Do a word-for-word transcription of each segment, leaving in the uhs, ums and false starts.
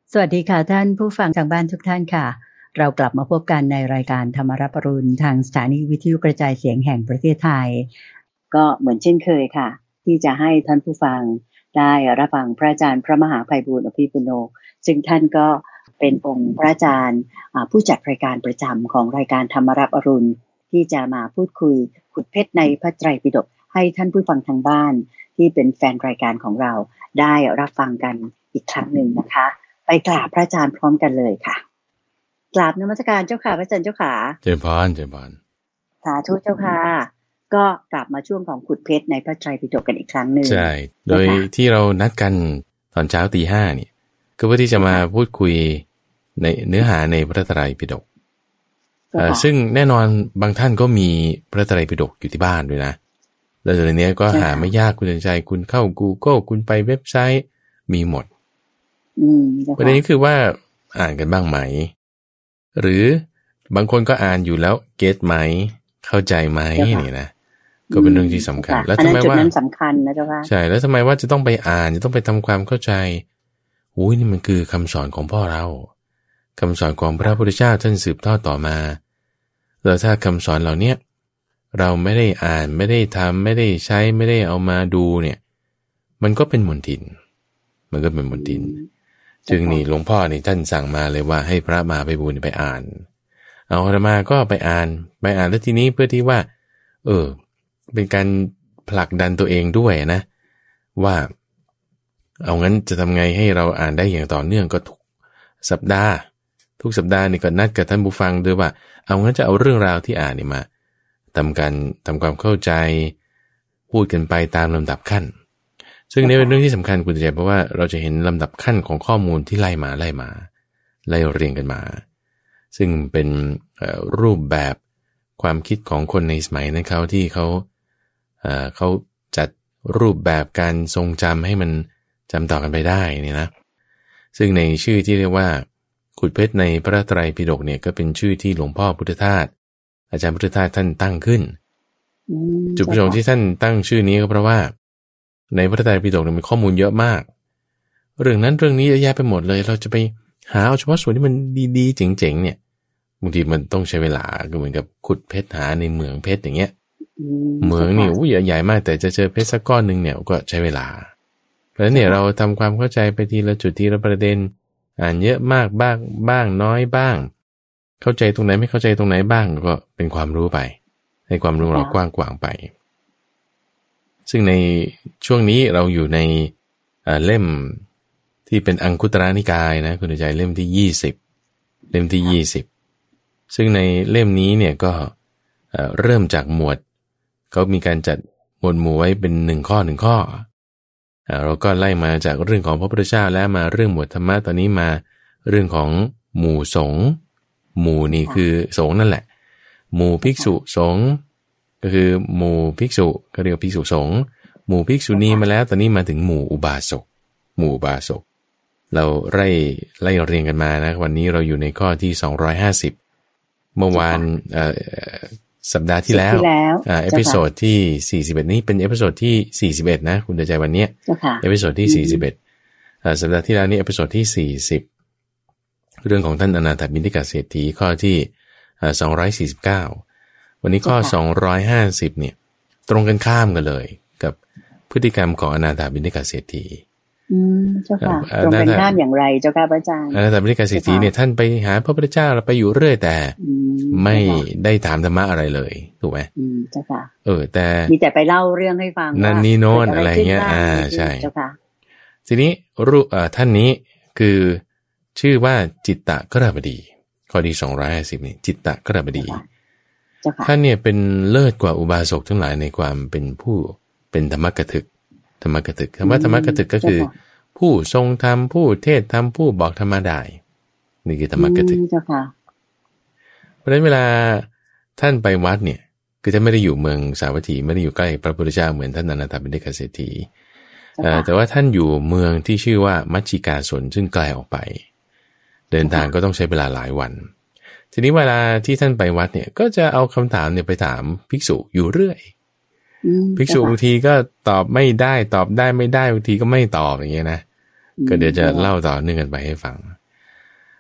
สวัสดีค่ะท่านผู้ฟังทางบ้านทุกท่านค่ะเรากลับมาพบกันในรายการธรรมรับอรุณทางสถานีวิทยุกระจายเสียงแห่งประเทศไทยก็เหมือนเช่นเคยค่ะที่จะให้ท่านผู้ฟังได้รับฟังพระอาจารย์พระมหาไพบูลย์อภิปุโนซึ่งท่านก็เป็นองค์พระอาจารย์ผู้จัดรายการประจำของรายการธรรมรับอรุณที่จะมาพูดคุยขุดเพชรในพระไตรปิฎกให้ท่านผู้ฟังทางบ้านที่เป็นแฟนรายการของเราได้รับฟังกันอีกครั้งหนึ่งนะคะไปกราบพระอาจารย์พร้อมกันเลยค่ะกราบนมัสการเจ้าค่ะพระอาจารย์เจ้าค่ะเจริญพรเจริญพรสาธุเจ้าค่ะก็กลับมาช่วงของขุดเพชรในพระไตรปิฎกกันอีกครั้งหนึ่งใช่โดยที่เรานัดกันตอนเช้าตีห้านี่ก็เพื่อที่จะมาพูดคุยในเนื้อหาในพระไตรปิฎกซึ่งแน่นอนบางท่านก็มีพระไตรปิฎกอยู่ที่บ้านด้วยนะแล้วเดี๋ยวนี้ก็หาไม่ยากคุณใจคุณเข้า Google คุณไปเว็บไซต์มีหมดประเด็นคือว่าอ่านกันบ้างไหมหรือบางคนก็อ่านอยู่แล้วเก็ตไหมเข้าใจไหมนี่นะก็เป็นเรื่องที่สำคัญแล้วทำไมว่าจุดนั้นสำคัญนะเจ้าค่ะใช่แล้วทำไมว่าจะต้องไปอ่านจะต้องไปทำความเข้าใจอุ้ยนี่มันคือคำสอนของพ่อเราคำสอนของพระพุทธเจ้าท่านสืบทอดต่อมาแล้วถ้าคำสอนเหล่านี้เราไม่ได้อ่านไม่ได้ทำไม่ได้ใช้ไม่ได้เอามาดูเนี่ยมันก็เป็นมลทินมันก็เป็นมลทินจึงนี่หลวงพ่อนี่ท่านสั่งมาเลยว่าให้พระมหาไพบูลย์ไปอ่านเอาอาตมาก็ไปอ่านไปอ่านแล้วทีนี้เพื่อที่ว่าเออเป็นการผลักดันตัวเองด้วยนะว่าเอางั้นจะทำไงให้เราอ่านได้อย่างต่อเนื่องก็ทุกสัปดาห์ทุกสัปดาห์นี่ก็นัดกับท่านผู้ฟังด้วยว่าเอางั้นจะเอาเรื่องราวที่อ่านนี่มาทำการทำความเข้าใจพูดกันไปตามลำดับขั้นซึ่งนี่เป็นเรื่องที่สำคัญคุณใจเพราะว่าเราจะเห็นลำดับขั้นของข้อมูลที่ไล่มาไล่มาไล่เรียงกันมาซึ่งเป็นรูปแบบความคิดของคนในสมัยนั้นเขาที่เขาเขาจัดรูปแบบการทรงจำให้มันจำต่อกันไปได้นี่นะซึ่งในชื่อที่เรียกว่าขุดเพชรในพระไตรปิฎกเนี่ยก็เป็นชื่อที่หลวงพ่อพุทธทาสอาจารย์พุทธทาสท่านตั้งขึ้นจุดประสงค์ที่ท่านตั้งชื่อนี้ก็เพราะว่าในพระไตรปิฎกมีข้อมูลเยอะมากเรื่องนั้นเรื่องนี้เยอะแยะไปหมดเลยเราจะไปหาเอาเฉพาะส่วนที่มันดีๆเจ๋งๆเนี่ยบางทีมันต้องใช้เวลาก็เหมือนกับขุดเพชรหาในเหมืองเพชรอย่างเงี้ยเหมืองนี่อู้ใหญ่ๆมากแต่จะเจอเพชรสักก้อนนึงเนี่ยก็ใช้เวลาเพราะฉะนั้นเนี่ยเราทำความเข้าใจไปทีละจุดทีละประเด็นอ่านเยอะมากบ้างบ้างน้อยบ้างเข้าใจตรงไหนไม่เข้าใจตรงไหนบ้างก็เป็นความรู้ไปให้ความรู้เรากว้างกว่าไปซึ่งในช่วงนี้เราอยู่ในเล่มที่เป็นอังคุตรนิกายนะคุณใจเล่มที่ยี่สิบเล่มที่ยี่สิบซึ่งในเล่มนี้เนี่ยก็เริ่มจากหมวดเขามีการจัดหมวดหมู่ไว้เป็นหนึ่งข้อหนึ่งข้อเราก็ไล่มาจากเรื่องของพระพุทธเจ้าแล้วมาเรื่องหมวดธรรมะตอนนี้มาเรื่องของหมู่สงฆ์หมู่นี่คือสงฆ์นั่นแหละหมู่ภิกษุสงฆ์ก็คือหมู่ภิกษุก็เรียกภิกษุสงฆ์หมู่ภิกษุณีมาแล้วตอนนี้มาถึงหมู่อุบาสกหมู่อุบาสกเราไล่ไล่เรียงกันมานะวันนี้เราอยู่ในข้อที่สองร้อยห้าสิบเมื่อวานสัปดาห์ที่แล้วอ่าเอพิโซดที่สี่สิบเอ็ดนี้เป็นเอพิโซดที่สี่สิบเอ็ดนะคุณใจวันนี้เอพิโซดที่สี่สิบเอ็ดอ่าสัปดาห์ที่แล้วนี่เอพิโซดที่สี่สิบเรื่องของท่านอนาถบิณฑิกเศรษฐีข้อที่อ่าสองร้อยสี่สิบเก้าวันนี้ข้อสองร้อยห้าสิบเนี่ยตรงกันข้ามกันเลยกับพฤติกรรมของอนาถบิณฑิกเศรษฐีอืมเจ้าค่ะตรงกันข้ามอย่างไรเจ้าค่ะพระอาจารย์อนาถบิณฑิกเศรษฐีเนี่ยท่านไปหาพระพุทธเจ้าเราไปอยู่เรื่อยแต่ไม่ได้ถามธรรมะอะไรเลยถูกไหมอืมเจ้าค่ะเออแต่มีแต่ไปเล่าเรื่องให้ฟังนั่นนี่โน้นอะไรเงี้ยอ่าใช่เจ้าค่ะทีนี้รูปอ่าท่านนี้คือชื่อว่าจิตตกฤบดีข้อที่สองร้อยห้าสิบนี่จิตตกฤบดีท่านเนี่ยเป็นเลิศกว่าอุบาสกทั้งหลายในความเป็นผู้เป็นธรรมกถึกธรรมกถึกคำว่าธรรมกถึกก็คือผู้ทรงธรรมผู้เทศธรรมผู้บอกธรรมได้นี่คือธรรมกถึกเพราะฉะนั้นเวลาท่านไปวัดเนี่ยคือท่านไม่ได้อยู่เมืองสาวัตถีไม่ได้อยู่ใกล้พระพุทธเจ้าเหมือนท่านอนาถบิณฑิกเศรษฐีแต่ว่าท่านอยู่เมืองที่ชื่อว่ามัชชิกาสนซึ่งไกลออกไปเดินทางก็ต้องใช้เวลาหลายวันทีนี้เวลาที่ท่านไปวัดเนี่ยก็จะเอาคำถามเนี่ยไปถามภิกษุอยู่เรื่อยภิกษุบางทีก็ตอบไม่ได้ตอบได้ไม่ได้บางทีก็ไม่ตอบอย่างเงี้ยนะก็เดี๋ยวจะเล่าต่อเนื่องกันไปให้ฟัง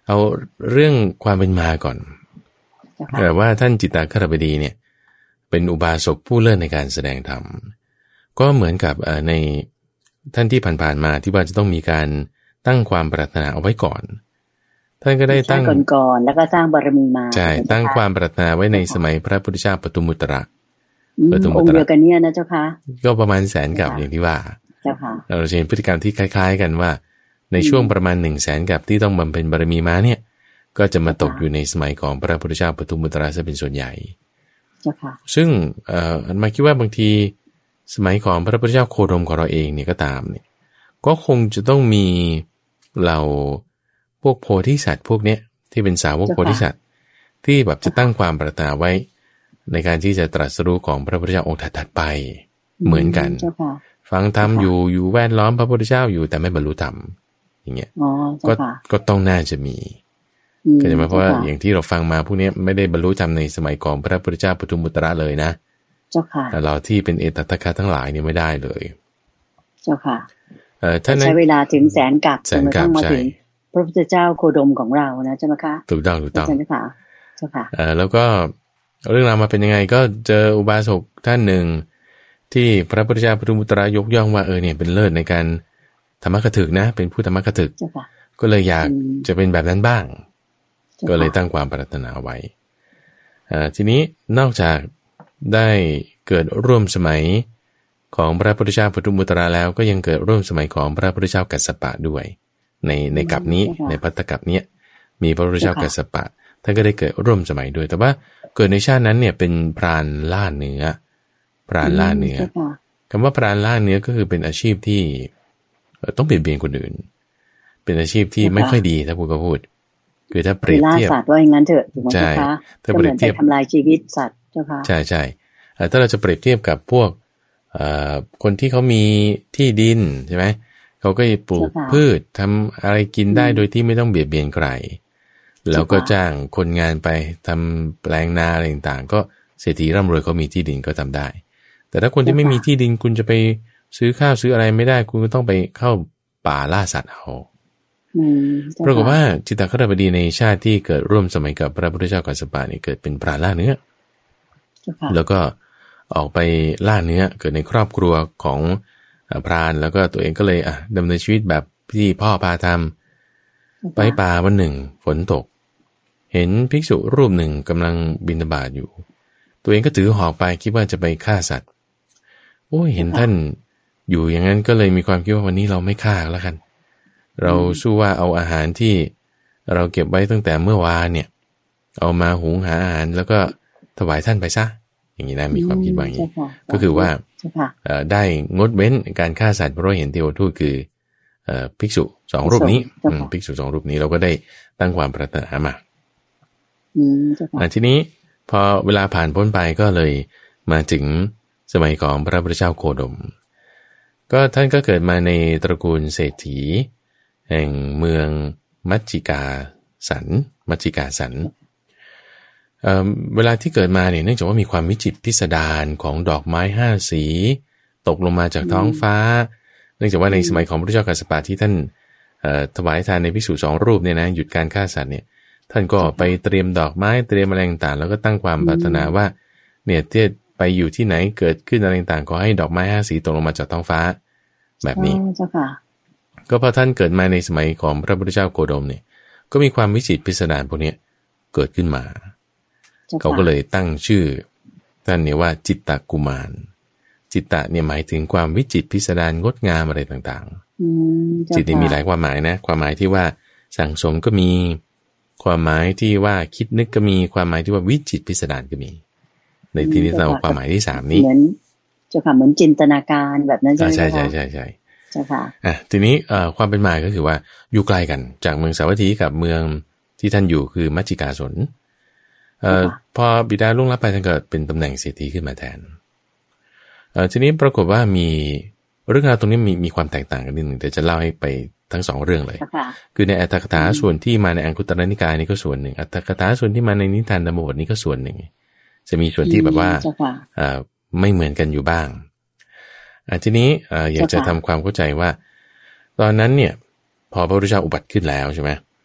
เอาเรื่องความเป็นมาก่อนแต่ว่าท่านจิตตคฤบดีเนี่ยเป็นอุบาสกผู้เลิศในการแสดงธรรมก็เหมือนกับในท่านที่ผ่านๆมาที่ว่าจะต้องมีการตั้งความปรารถนาเอาไว้ก่อนท่านก็ได้ตั้งก่อนๆแล้วก็สร้างบารมีมาใช่ตั้งความปรารถนาไว้ในสมัยพระพุทธเจ้าปทุมมุตระปทุมมุตระองค์เดียวกันเนี่ยนะเจ้าค่ะก็ประมาณแสนกับอย่างที่ว่าเจ้าค่ะเราเห็นพฤติกรรมที่คล้ายๆกันว่าในช่วงประมาณหนึ่งแสนกับที่ต้องบำเพ็ญบารมีมาเนี่ยก็จะมาตกอยู่ในสมัยของพระพุทธเจ้าปทุมมุตระซะเป็นส่วนใหญ่เจ้าค่ะซึ่งเอ่อมาคิดว่าบางทีสมัยของพระพุทธเจ้าโคดมของเราเองเนี่ยก็ตามเนี่ยก็คงจะต้องมีเหล่าพวกโพธิสัตว์พวกเนี้ยที่เป็นสาวกโพธิสัตว์ที่แบบจะตั้งความปรารถนาไว้ในการที่จะตรัสรู้ของพระพุทธเจ้าองค์ถัดๆไปเหมือนกันฟังธรรมอยู่อยู่แวดล้อมพระพุทธเจ้าอยู่แต่ไม่บรรลุธรรมอย่างเงี้ยก็ก็ต้องน่าจะมีก็จะมาเพราะว่าอย่างที่เราฟังมาพวกนี้ไม่ได้บรรลุธรรมในสมัยของพระพุทธเจ้าปทุมมุตระเลยนะเจ้าค่ะเราที่เป็นเอตัตถะทั้งหลายเนี่ยไม่ได้เลยเจ้าค่ะเอ่อท่านใช้เวลาถึงแสนกับแสนกับใช่พระพุทธเจ้าโคดมของเรานะใช่ไหมคะถูกต้องถูกต้องใช่ไหมคะเจ้าค่ะเอ่อแล้วก็เรื่องราวมาเป็นยังไงก็เจออุบาสกท่านหนึ่งที่พระพุทธเจ้าปทุมมุตระยกย่องว่าเออเนี่ยเป็นเลิศในการธรรมกถึกนะเป็นผู้ธรรมกถึกก็เลยอยากจะเป็นแบบนั้นบ้างก็เลยตั้งความปรารถนาไว้อ่าทีนี้นอกจากได้เกิดร่วมสมัยของพระพุทธเจ้าปทุมมุตระแล้วก็ยังเกิดร่วมสมัยของพระพุทธเจ้ากัสสปะด้วยในในกัปนี้ในภัตตกัปนี้มีพระพุทธเจ้ากัสสปะท่านก็ได้เกิดร่วมสมัยด้วยแต่ว่าเกิดในชาตินั้นเนี่ยเป็นพรานล่าเนื้อพรานล่าเนื้อคำว่าพรานล่าเนื้อก็คือเป็นอาชีพที่ต้องเปลี่ยนเบียนคนอื่นเป็นอาชีพที่ไม่ค่อยดีถ้าพูดก็พูดคือถ้าเปรียบเทียบล่าสัตว์ว่าอย่างนั้นเถอะถูกไหมคะถ้าเปรียบเทียบทำลายชีวิตสัตว์เจ้าค่ะใช่ใช่ถ้าเราจะเปรียบเทียบกับพวกคนที่เขามีที่ดินใช่ไหมเขาก็ปลูกพืชทำอะไรกินได้โดยที่ไม่ต้องเบียดเบียนใครแล้วก็จ้างคนงานไปทำแปลงนาอะไรต่างๆก็เศรษฐีร่ำรวยเขามีที่ดินก็ทำได้แต่ถ้าคนที่ไม่มีที่ดินคุณจะไปซื้อข้าวซื้ออะไรไม่ได้คุณก็ต้องไปเข้าป่าล่าสัตว์เอาปรากฏว่าจิตตคฤบดีในชาติที่เกิดร่วมสมัยกับพระพุทธเจ้ากัสสปะนี่เกิดเป็นพรานล่าเนื้อแล้วก็ออกไปล่าเนื้อเกิดในครอบครัวของพรานแล้วก็ตัวเองก็เลยอ่ะดำเนินชีวิตแบบที่พ่อพาทำไปป่าวันหนึ่งฝนตกเห็นภิกษุรูปหนึ่งกำลังบิณฑบาตอยู่ตัวเองก็ถือหอกไปคิดว่าจะไปฆ่าสัตว์โอ้ยเห็นท่านอยู่อย่างนั้นก็เลยมีความคิดว่าวันนี้เราไม่ฆ่าแล้วกันเราสู้ว่าเอาอาหารที่เราเก็บไว้ตั้งแต่เมื่อวานเนี่ยเอามาหุงหาอาหารแล้วก็ถวายท่านไปซะอย่างนี้นะมีความคิดว่าอย่างนี้ก็คือว่าได้งดเว้นการฆ่าสัตว์เพราะเห็นเทวทูตคือภิกษุสองรูปนี้ภิกษุสองรูปนี้เราก็ได้ตั้งความปรารถนามาทีนี้พอเวลาผ่านพ้นไปก็เลยมาถึงสมัยของพระพุทธเจ้าโคดมก็ท่านก็เกิดมาในตระกูลเศรษฐีแห่งเมืองมัจจิกาสันมัจจิกาสัน เอ่อเวลาที่เกิดมาเนี่ยเนื่องจากว่ามีความวิจิตรพิสดารของดอกไม้ห้าสีตกลงมาจากท้องฟ้าเนื่องจากว่าในสมัยของพระพุทธเจ้ากัสสปะที่ท่านเอ่อถวายทานในภิกษุสองรูปเนี่ยนะหยุดการฆ่าสัตว์เนี่ยท่านก็ไปเตรียมดอกไม้เตรียมอะไรต่างๆแล้วก็ตั้งความปรารถนาว่าเนี่ยที่ไปอยู่ที่ไหนเกิดขึ้นอะไรต่างๆขอให้ดอกไม้ห้าสีตกลงมาจากท้องฟ้าแบบนี้ก็พอท่านเกิดมาในสมัยของพระพุทธเจ้าโคดมเนี่ยก็มีความวิจิตรพิสดารพวกนี้เกิดขึ้นมาเขาก็เลยตั้งชื่อท่านเนี่ยว่าจิตตกุมารจิตตะเนี่ยหมายถึงความวิจิตรพิสดารงดงามอะไรต่างๆจิตนี่มีหลายความหมายนะความหมายที่ว่าสั่งสมก็มีความหมายที่ว่าคิดนึกก็มีความหมายที่ว่าวิจิตรพิสดารก็มีในที่นี้เราความหมายที่สามนี้เหมือนเจ้าค่ะเหมือนจินตนาการแบบนั้นใช่ไหมใช่ใช่ใช่ใช่เจ้าค่ะอ่ะทีนี้เอ่อความเป็นมาก็คือว่าอยู่ไกลกันจากเมืองสาวัตถีกับเมืองที่ท่านอยู่คือมัจจิกาสนเอ่อพอบิดาล่วงลับไปท่านก็เป็นตำแหน่งเศรษฐีขึ้นมาแทนเอ่อทีนี้ปรากฏว่ามีเรื่องราวตรงนี้มีมีความแตกต่างกันนิดนึงแต่จะเล่าให้ไปทั้งสองเรื่องเลยคือในอัตถกถาส่วนที่มาในอังคุตรนิกายนี่ก็ส่วนหนึ่งอัตถกถาส่วนที่มาในนิทานธรรมบทนี้ก็ส่วนหนึ่งจะมีส่วนที่แบบว่าเอ่อไม่เหมือนกันอยู่บ้างอ่ะทีนี้เอ่ออยากจะทำความเข้าใจว่าตอนนั้นเนี่ยพอพระพุทธเจ้าอุบัติขึ้นแล้วใช่ไหม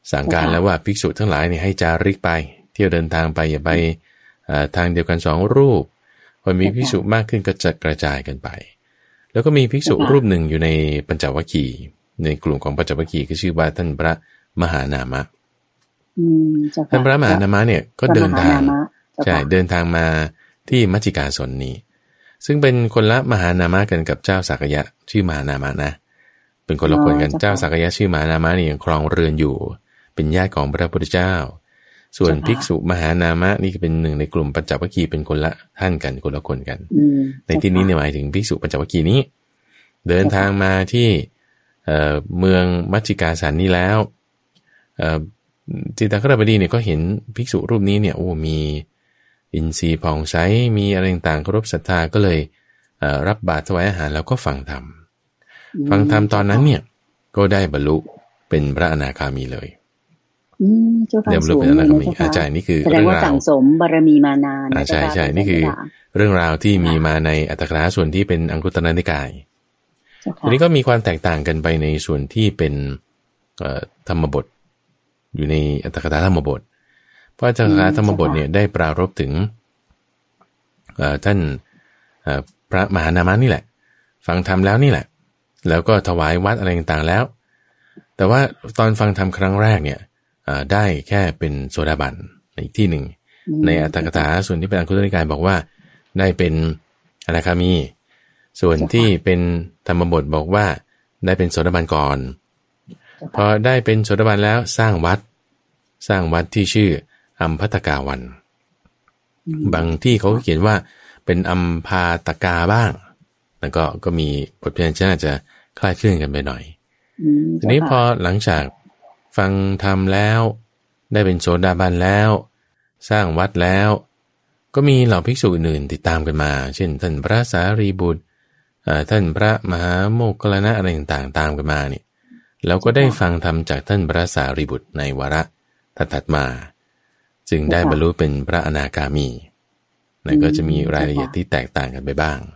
สั่งการแล้วว่าภิกษุทั้งหลายเนี่ยให้จาริกไปเที่ยวเดินทางไปอย่าไปทางเดียวกันสองรูปพอมีภิกษุมากขึ้นก็จะกระจายกันไปแล้วก็มีภิกษุรูปหนึ่งอยู่ในปัญจวัคคีย์ในกลุ่มของปัญจวัคคีย์ก็ชื่อว่าท่านพระมหานามะท่านพระมหานามะเนี่ยก็เดินทางใช่เดินทางมาที่มัชฌิกาสนนี้ซึ่งเป็นคนละมหานามะกันกับเจ้าสักยะชื่อมหานามะนะเป็นคนละคนกันเจ้าสักยะชื่อมหานามะนี่ยังครองเรือนอยู่เป็นญาติของพระพุทธเจ้าส่วนภิกษุมหานามะนี่เป็นหนึ่งในกลุ่มปัญจวัคคีย์เป็นคนละท่านกันคนละคนกันในที่นี้เนี่ยหมายถึงภิกษุปัญจวัคคีย์นี้เดินทางมาที่เมืองมัชฌิกาสันนี้แล้วจิตตคฤบดีเนี่ยก็เห็นภิกษุรูปนี้เนี่ยโอ้มีอินทรีย์ผ่องใสมีอะไรต่างๆเคารพศรัทธาก็เลยรับบาตรถวายอาหารแล้วก็ฟังธรรมฟังธรรมตอนนั้นเนี่ยก็ได้บรรลุเป็นพระอนาคามีเลยเริ่มรู้เป็นอนาคามีอาจารย์นี่คือเรื่องราวสั่งสมบารมีมานานใช่ใช่นี่คือเรื่องราวที่มีมาในอัตถกถาส่วนที่เป็นอังคุตรนิกายทีนี้ก็มีความแตกต่างกันไปในส่วนที่เป็นธรรมบทอยู่ในอัตถกถาธรรมบทเพราะอัตถกถาธรรมบทเนี่ยได้ปรารภถึงท่านพระมหานามะนี่แหละฟังธรรมแล้วนี่แหละแล้วก็ถวายวัดอะไรต่างๆแล้วแต่ว่าตอนฟังธรรมครั้งแรกเนี่ยได้แค่เป็นโสดาบันในอีกที่หนึ่งในอัตถกถาส่วนที่เป็นอังคุตรนิกายบอกว่าได้เป็นอนาคามีส่วนที่เป็นธรรมบทบอกว่าได้เป็นโสดาบันก่อนพอได้เป็นโสดาบันแล้วสร้างวัดสร้างวัดที่ชื่ออัมภัตกาวันบางที่เขาเขียนว่าเป็นอัมพาตกาบ้างแล้วก็ก็มีบทเพียนจะจะคล้ายคลึงกันไปหน่อยทีนี้พอหลังจากฟังธรรมแล้วได้เป็นโสดาบันแล้วสร้างวัดแล้วก็มีเหล่าภิกษุอื่นติดตามกันมาเช่นท่านพระสารีบุตรท่านพระมหาโมคคัลลานะอะไรต่างๆตามกันมาเนี่ยแล้วก็ได้ฟังธรรมจากท่านพระสารีบุตรในวาระถัดมาจึงได้บรรลุเป็นพระอนาคามีนั่นก็จะมีรายละเอียดที่แตกต่างกันไปบ้าง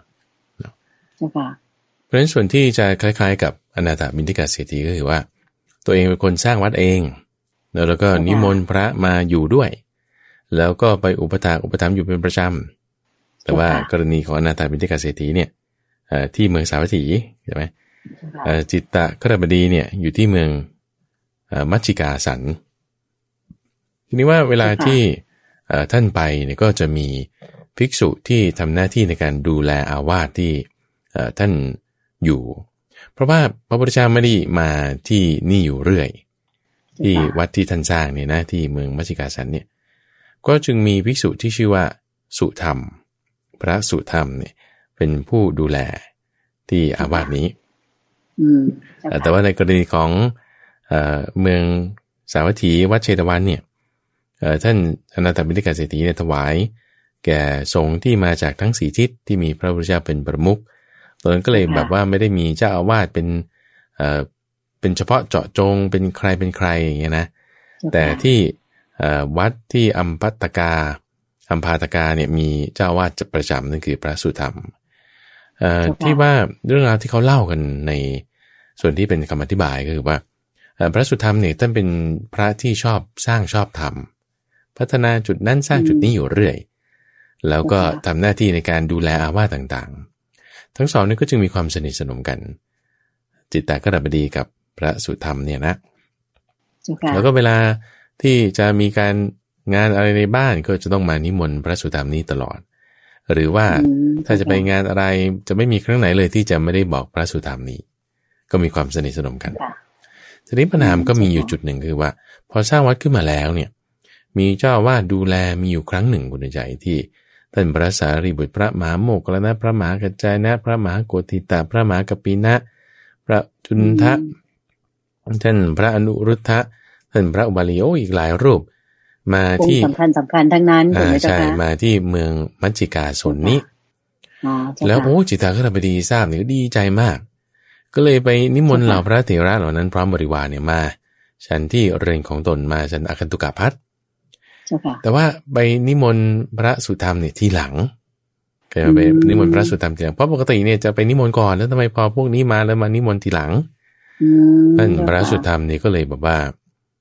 เพราะฉะนั้นส่วนที่จะคล้ายๆกับอนาถบิณฑิกเศรษฐีก็คือว่าตัวเองเป็นคนสร้างวัดเองแล้วก็นิมนต์พระมาอยู่ด้วยแล้วก็ไปอุปถากอุปถัมภ์อยู่เป็นประจำแต่ว่ากรณีของอนาถบิณฑิกเศรษฐีเนี่ยที่เมืองสาวัตถีใช่ไหมจิตตคฤบดีเนี่ยอยู่ที่เมืองมัชฌิกาสันทีนี้ว่าเวลาที่ท่านไปเนี่ยก็จะมีภิกษุที่ทำหน้าที่ในการดูแลอาวาสที่ท่านอยู่เพราะว่าพระพุทธเจ้าไม่ได้มาที่นี่อยู่เรื่อยที่วัดที่ท่านสร้างเนี่ยนะที่เมืองมัชฌิกาสันเนี่ยก็จึงมีภิกษุที่ชื่อว่าสุธรรมพระสุธรรมเนี่ยเป็นผู้ดูแลที่อาวาสนี้แต่ว่าในกรณีของเอ่อเมืองสาวัตถีวัดเชตวันเนี่ยท่านอนาถบิณฑิกเศรษฐีเนี่ยถวายแก่สงฆ์ที่มาจากทั้งสี่ทิศที่มีพระพุทธเจ้าเป็นประมุขตอนนั้นก็เลยแบบว่าไม่ได้มีเจ้าอาวาสเป็นเอ่อเป็นเฉพาะเจาะจงเป็นใครเป็นใครอย่างเงี้ยนะแต่ที่วัดที่อัมภัตกาอัมพาตกาเนี่ยมีเจ้าอาวาสประจำนั่นคือพระสุธรรมที่ว่าเรื่องราวที่เขาเล่ากันในส่วนที่เป็นคำอธิบายก็คือว่าพระสุธรรมเนี่ยท่านเป็นพระที่ชอบสร้างชอบทำพัฒนาจุดนั้นสร้างจุดนี้อยู่เรื่อยแล้วก็ทำหน้าที่ในการดูแลอาวาสต่างๆทั้งสองนี้ก็จึงมีความสนิทสนมกันจิตตคฤบดีกับพระสุธรรมเนี่ยนะแล้วก็เวลาที่จะมีการงานอะไรในบ้านก็จะต้องมานิมนต์พระสุธรรมนี้ตลอดหรือว่าถ้าจะไปงานอะไรจะไม่มีครั้งไหนเลยที่จะไม่ได้บอกพระสุธรรมนี้ก็มีความสนิทสนมกันทีนี้ปัญหาก็มีอยู่จุดหนึ่งคือว่าพอสร้างวัดขึ้นมาแล้วเนี่ยมีเจ้าอาวาสดูแลมีอยู่ครั้งหนึ่งคุณใจที่ท่านพระสารีบุตรพระมหาโมคคัลลานะพระมหากัจจายนะพระมหาโกฏิตะพระมหากัปปินะพระจุนทะท่านพระอนุรุทธะท่านพระอุบาลีโออีกหลายรูปมาที่สำคัญสำคัญทั้งนั้นใช่มาที่เมืองมัชฌิกาสนนี้แล้วโอ้จิตตคฤบดีทราบเนี่ยก็ดีใจมากก็เลยไปนิมนต์เหล่าพระเถระเหล่านั้นพร้อมบริวารเนี่ยมาฉันที่เรือนของตนมาฉันอคันตุกะภัตแต่ว่าไปนิมนต์พระสุธรรมเนี่ยทีหลังเคยไปนิมนต์พระสุธรรมทีหลังเพราะปกติเนี่ยจะไปนิมนต์ก่อนแล้วทำไมพอพวกนี้มาแล้วมานิมนต์ทีหลังท่านพระสุธรรมนี่ก็เลยแบบว่า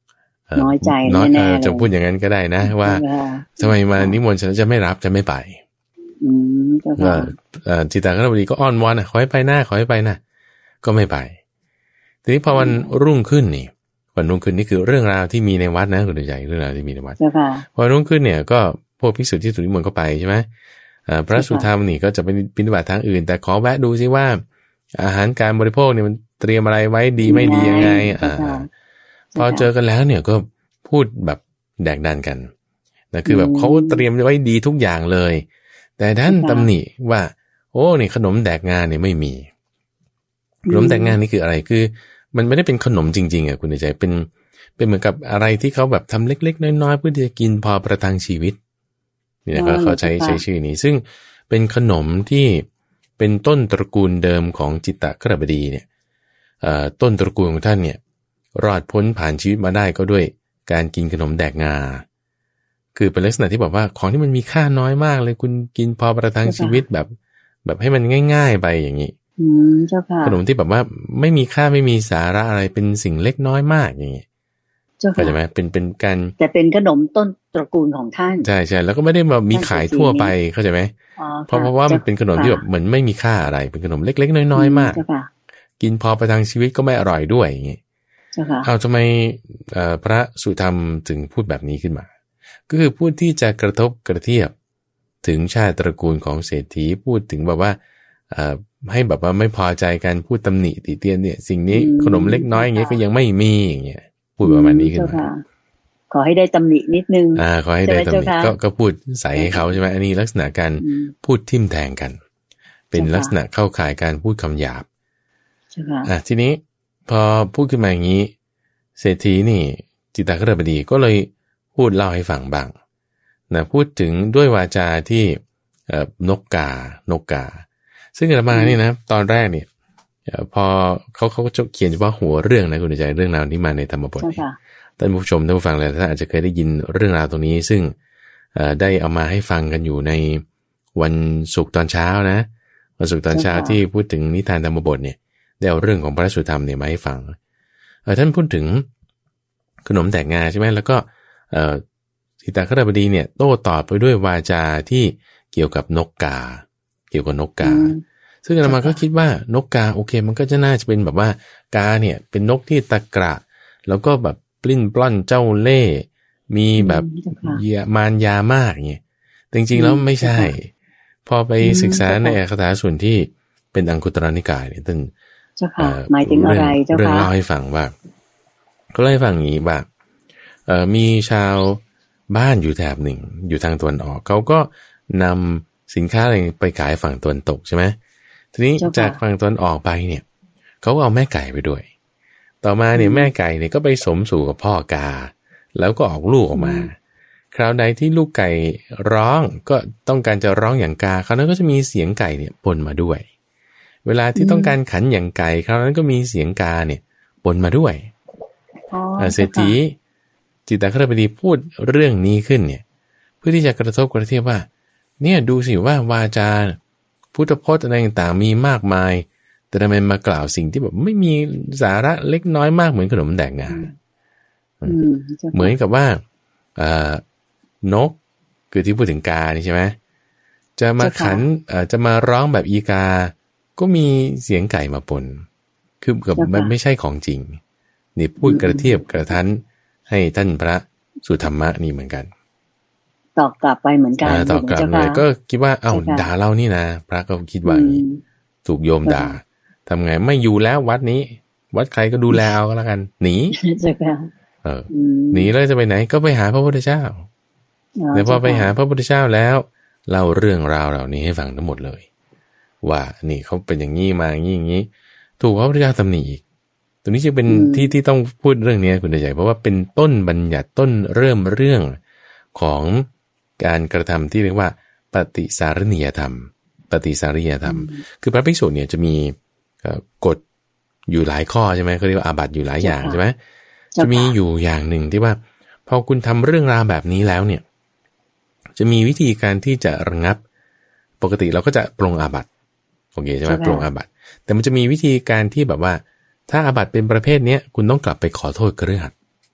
น้อยใจแน่ๆเลยจะพูดอย่างนั้นก็ได้นะว่าทำไมมานิมนต์ฉันจะไม่รับจะไม่ไปอืมเจ้าค่ะจิตตคฤบดีก็อ้อนวอนอ่ะขอให้ไปหน้าขอให้ไปนะก็ไม่ไปทีนี้พอวันรุ่งขึ้นนี่วันรุ่งขึ้นนี่คือเรื่องราวที่มีในวัดนะคุณใหญ่เรื่องราวที่มีในวัดพอรุ่งขึ้นเนี่ยก็พวกภิกษุที่ถูกนิมนต์เข้าไปใช่ไหมพระสุธรรมนี่ก็จะไปบิณฑบาตทางอื่นแต่ขอแวะดูซิว่าอาหารการบริโภคเนี่ยมันเตรียมอะไรไว้ดีไม่ดียังไงอ่าพอเจอกันแล้วเนี่ยก็พูดแบบแดกดันกันนะคือแบบเขาเตรียมไว้ดีทุกอย่างเลยแต่ท่านตำหนิว่าโอ้นี่ขนมแดกงานเนี่ยไม่มีขนมแดกงานนี่คืออะไรคือมันไม่ได้เป็นขนมจริงๆอ่ะคุณใจเป็นเป็นเหมือนกับอะไรที่เขาแบบทำเล็กๆน้อยๆเพื่อที่จะกินพอประทังชีวิตนี่นะเขาใช้ใช้ชื่อนี้ซึ่งเป็นขนมที่เป็นต้นตระกูลเดิมของจิตตคฤบดีเนี่ยต้นตระกูลของท่านเนี่ยรอดพ้นผ่านชีวิตมาได้ก็ด้วยการกินขนมแดกงาคือเป็นลักษณะที่บอกว่าของที่มันมีค่าน้อยมากเลยคุณกินพอประทังชีวิตแบบแบบให้มันง่ายๆไปอย่างนี้ขนมที่แบบว่าไม่มีค่าไม่มีสาระอะไรเป็นสิ่งเล็กน้อยมากอย่างนี้เข้าใจไหมเป็นเป็นการแต่เป็นขนมต้นตระกูลของท่านใช่ใช่แล้วก็ไม่ได้มามีขายทั่วไปเข้าใจไหมเพราะเพราะว่ามันเป็นขนมที่แบบเหมือนไม่มีค่าอะไรเป็นขนมเล็กๆน้อยๆมากกินพอประทังชีวิตก็ไม่อร่อยด้วยอย่างนี้เอาทำไมพระสุธรรมถึงพูดแบบนี้ขึ้นมาก็คือพูดที่จะกระทบกระเทียบถึงชาติตระกูลของเศรษฐีพูดถึงแบบว่าให้แบบว่าไม่พอใจกันพูดตำหนิติเตียนเนี่ยสิ่งนี้ขนมเล็กน้อยอย่างเงี้ยก็ยังไม่มีอย่างเงี้ยพูดประมาณนี้ขึ้นมาขอให้ได้ตำหนินิดนึงอ่าขอให้ได้ตำหนิก็ก็พูดใส่ให้เขาใช่ไหมอันนี้ลักษณะการพูดทิ่มแทงกันเป็นลักษณะเข้าข่ายการพูดคำหยาบอ่าทีนี้พอพูดขึ้นมาอย่างนี้เศรษฐีนี่จิตตคฤบดีก็เลยพูดเล่าให้ฟังบ้างนะพูดถึงด้วยวาจาที่นกกานกกาซึ่งอาตมานี่นะตอนแรกเนี่ยพอเขาเขาก็เขียนเฉพาะหัวเรื่องนะคุณใจเรื่องราวที่มาในธรรมบทนี้ท่านผู้ชมท่านผู้ฟังหลายท่านอาจจะเคยได้ยินเรื่องราวตรงนี้ซึ่งได้เอามาให้ฟังกันอยู่ในวันศุกร์ตอนเช้านะวันศุกร์ตอนเช้าที่พูดถึงนิทานธรรมบทเนี่ยได้เอาเรื่องของพระสุธรรมเนี่ยมาให้ฟังท่านพูดถึงขนมแดกงาใช่ไหมแล้วก็จิตตคฤบดีเนี่ยโต้ตอบไปด้วยวาจาที่เกี่ยวกับนกกาเกี่ยวกับนกกาซึ่งอาตมาก็คิดว่านกกาโอเคมันก็จะน่าจะเป็นแบบว่ากาเนี่ยเป็นนกที่ตะกระแล้วก็แบบปลิ้นปล้อนเจ้าเล่ห์มีแบบมารยามากเงี้ยแต่จริงๆแล้วไม่ใช่พอไปศึกษาในอักขถาส่วนที่เป็นอังคุตรนิกายเนี่ยท่านหมายถึงอะไรเจ้าค่ะเรื่องเล่าให้ฟังว่าเขาเล่าให้ฟังอย่างนี้ว่ามีชาวบ้านอยู่แถบหนึ่งอยู่ทางตะวันออกเขาก็นำสินค้าอะไรไปขายฝั่งตะวันตกใช่ไหมทีนี้จากฝั่งตะวันออกไปเนี่ยเขาก็เอาแม่ไก่ไปด้วยต่อมาเนี่ยแม่ไก่เนี่ยก็ไปสมสู่กับพ่อกาแล้วก็ออกลูกออกมาคราวใดที่ลูกไก่ร้องก็ต้องการจะร้องอย่างกาคราวนั้นก็จะมีเสียงไก่เนี่ยปนมาด้วยเวลาที่ต้องการขันอย่างไก่คราวนั้นก็มีเสียงกาเนี่ยปนมาด้วยเศรษฐีจิตตคฤบดีพูดเรื่องนี้ขึ้นเนี่ยเพื่อที่จะกระทบกระเทียบว่าเนี่ยดูสิว่าวาจาพุทธพจน์อะไรต่างๆมีมากมายแต่ทำไมมากล่าวสิ่งที่แบบไม่มีสาระเล็กน้อยมากเหมือนขนมแดกงาเหมือนกับว่านกคือที่พูดถึงกานี่ใช่ไหมจะมาขันจะมาร้องแบบอีกาก็มีเสียงไก่มาปนคือกับมันไม่ใช่ของจริงนี่พูดกระเทียบกระทันให้ท่านพระสุธรรมะนี่เหมือนกันตอบกลับไปเหมือนกันตอบกลับเลยก็คิดว่าเอ้าด่าเรานี่นะพระก็คิดว่าอย่างนี้ถูกโยมด่าทำไงไม่อยู่แล้ววัดนี้วัดใครก็ดูแลเอาก็แล้วกันหนีเออหนีแล้วจะไปไหนก็ไปหาพระพุทธเจ้าเดี๋ยวพอไปหาพระพุทธเจ้าแล้วเล่าเรื่องราวเหล่านี้ให้ฟังทั้งหมดเลยว่านี่เขาเป็นอย่างนี้มาอย่างนี้อย่างนี้ถูกพระพุทธเจ้าตำหนิอีกตรงนี้จะเป็นที่ที่ต้องพูดเรื่องนี้คุณใหญ่เพราะว่าเป็นต้นบัญญัติต้นเริ่มเรื่องของการกระทำที่เรียกว่าปฏิสารณียธรรมปฏิสาริยธรรมคือพระภิกษุเนี่ยจะมีกฎอยู่หลายข้อใช่ไหมเขาเรียกว่าอาบัติอยู่หลายอย่างใช่ไหมจะมีอยู่อย่างหนึ่งที่ว่าพอคุณทำเรื่องราวแบบนี้แล้วเนี่ยจะมีวิธีการที่จะระงับปกติเราก็จะปรงอาบัติโอเคใช่ไหมปรงอาบัติแต่มันจะมีวิธีการที่แบบว่าถ้าอาบัติเป็นประเภทนี้คุณต้องกลับไปขอโทษคฤหัสถ์